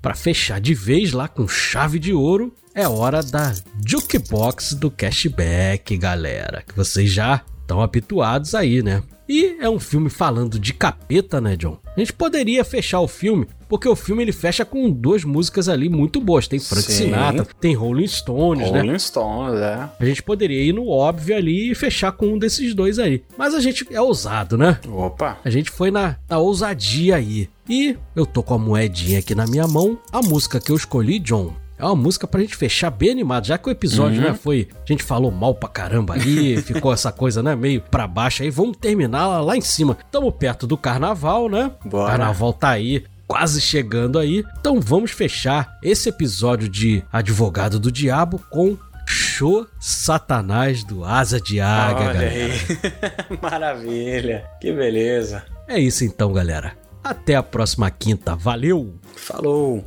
Speaker 2: para fechar de vez lá com chave de ouro, é hora da Jukebox do Cashback, galera, que vocês já estão habituados aí, né? E é um filme falando de capeta, né, John? A gente poderia fechar o filme, porque o filme ele fecha com duas músicas ali muito boas. Tem Frank Sim. Sinatra, tem Rolling Stones,
Speaker 3: Rolling
Speaker 2: né?
Speaker 3: Rolling Stones, é.
Speaker 2: A gente poderia ir no óbvio ali e fechar com um desses dois aí. Mas a gente é ousado, né?
Speaker 3: Opa!
Speaker 2: A gente foi na, na ousadia aí. E eu tô com a moedinha aqui na minha mão. A música que eu escolhi, John, é uma música pra gente fechar bem animado, já que o episódio, uhum. né, foi... A gente falou mal pra caramba ali, ficou essa coisa, né, meio pra baixo aí. Vamos terminar lá, lá em cima. Tamo perto do carnaval, né?
Speaker 3: Bora.
Speaker 2: Carnaval tá aí, quase chegando aí. Então vamos fechar esse episódio de Advogado do Diabo com Show Satanás do Asa de Águia,
Speaker 3: Olha
Speaker 2: galera.
Speaker 3: Aí. Maravilha, que beleza.
Speaker 2: É isso então, galera. Até a próxima quinta. Valeu!
Speaker 3: Falou!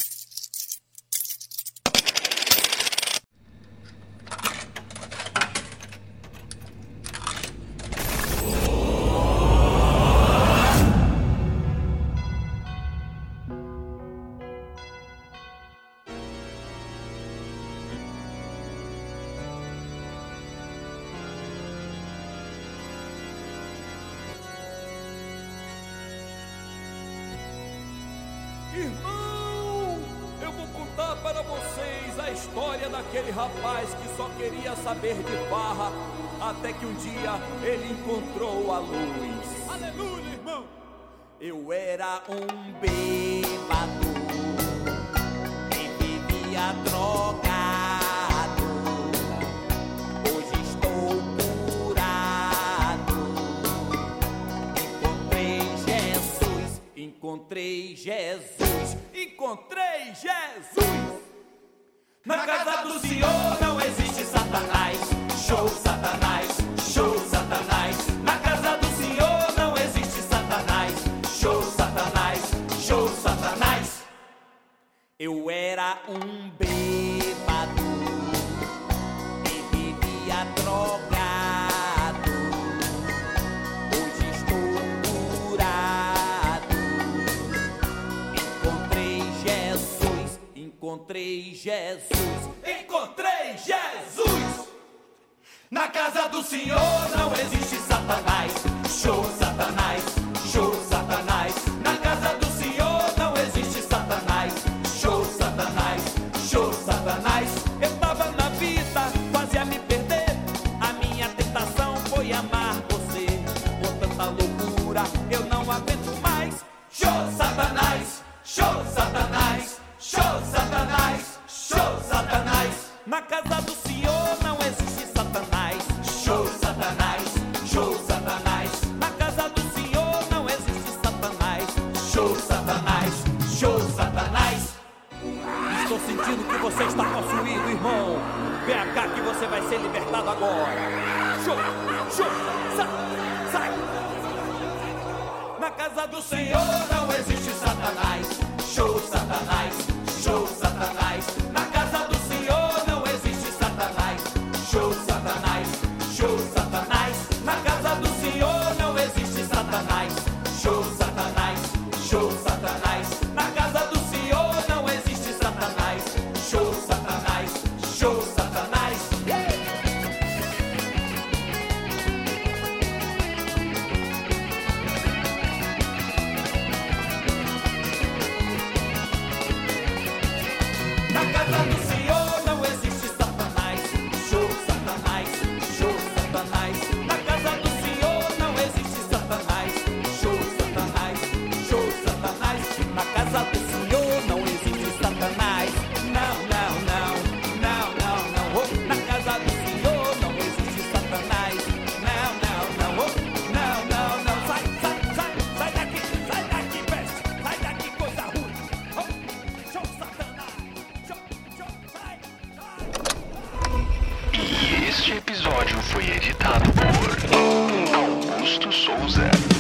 Speaker 8: Irmão, eu vou contar para vocês a história daquele rapaz que só queria saber de farra, até que um dia ele encontrou a luz. Aleluia, irmão! Eu era um bêbado e vivia drogado. Hoje estou curado. Encontrei Jesus, encontrei Jesus, encontrei Jesus. Na casa do Senhor não existe Satanás. Show Satanás, show Satanás. Na casa do Senhor não existe Satanás. Show Satanás, show Satanás. Eu era um bêbado e vivia drogado. Hoje estou curado. Encontrei Jesus, encontrei Jesus, encontrei Jesus. Na casa do Senhor não existe Satanás. Show Satanás, show Satanás. Na casa do Senhor não existe Satanás. Show Satanás, show Satanás. Eu tava na vida, quase a me perder. A minha tentação foi amar você. Com tanta loucura eu não aguento mais. Show Satanás, show Satanás, show Satanás, show Satanás. Na casa do Senhor não existe Satanás. Show Satanás, show Satanás. Na casa do Senhor não existe Satanás. Show Satanás, show Satanás. Estou sentindo que você está possuído, irmão. Vem cá que você vai ser libertado agora. Show, show, sai, sai. Na casa do Senhor não existe Satanás. Show Satanás, show Satanás. Na casa do Senhor não existe Satanás. Show Satanás, show Satanás. Na casa do Senhor não existe Satanás. Show Satanás, show Satanás. Na casa do Senhor não existe Satanás. Show Satanás, show Satanás. Na casa do Senhor não existe Satanás. Show Satanás, show Satanás. Na casa do Senhor não existe Satanás. Show Satanás, show Satanás. Na casa do Senhor não existe Satanás. Não, não, não, não, não, não. Oh, na casa do Senhor não existe Satanás. Não, não, não, oh, não, não, não. Sai, sai, sai, sai daqui, sai daqui, peste. Sai daqui, coisa ruim. Oh, show Satanás. Show, show, sai, sai.
Speaker 9: E este episódio foi editado por Augusto Souza.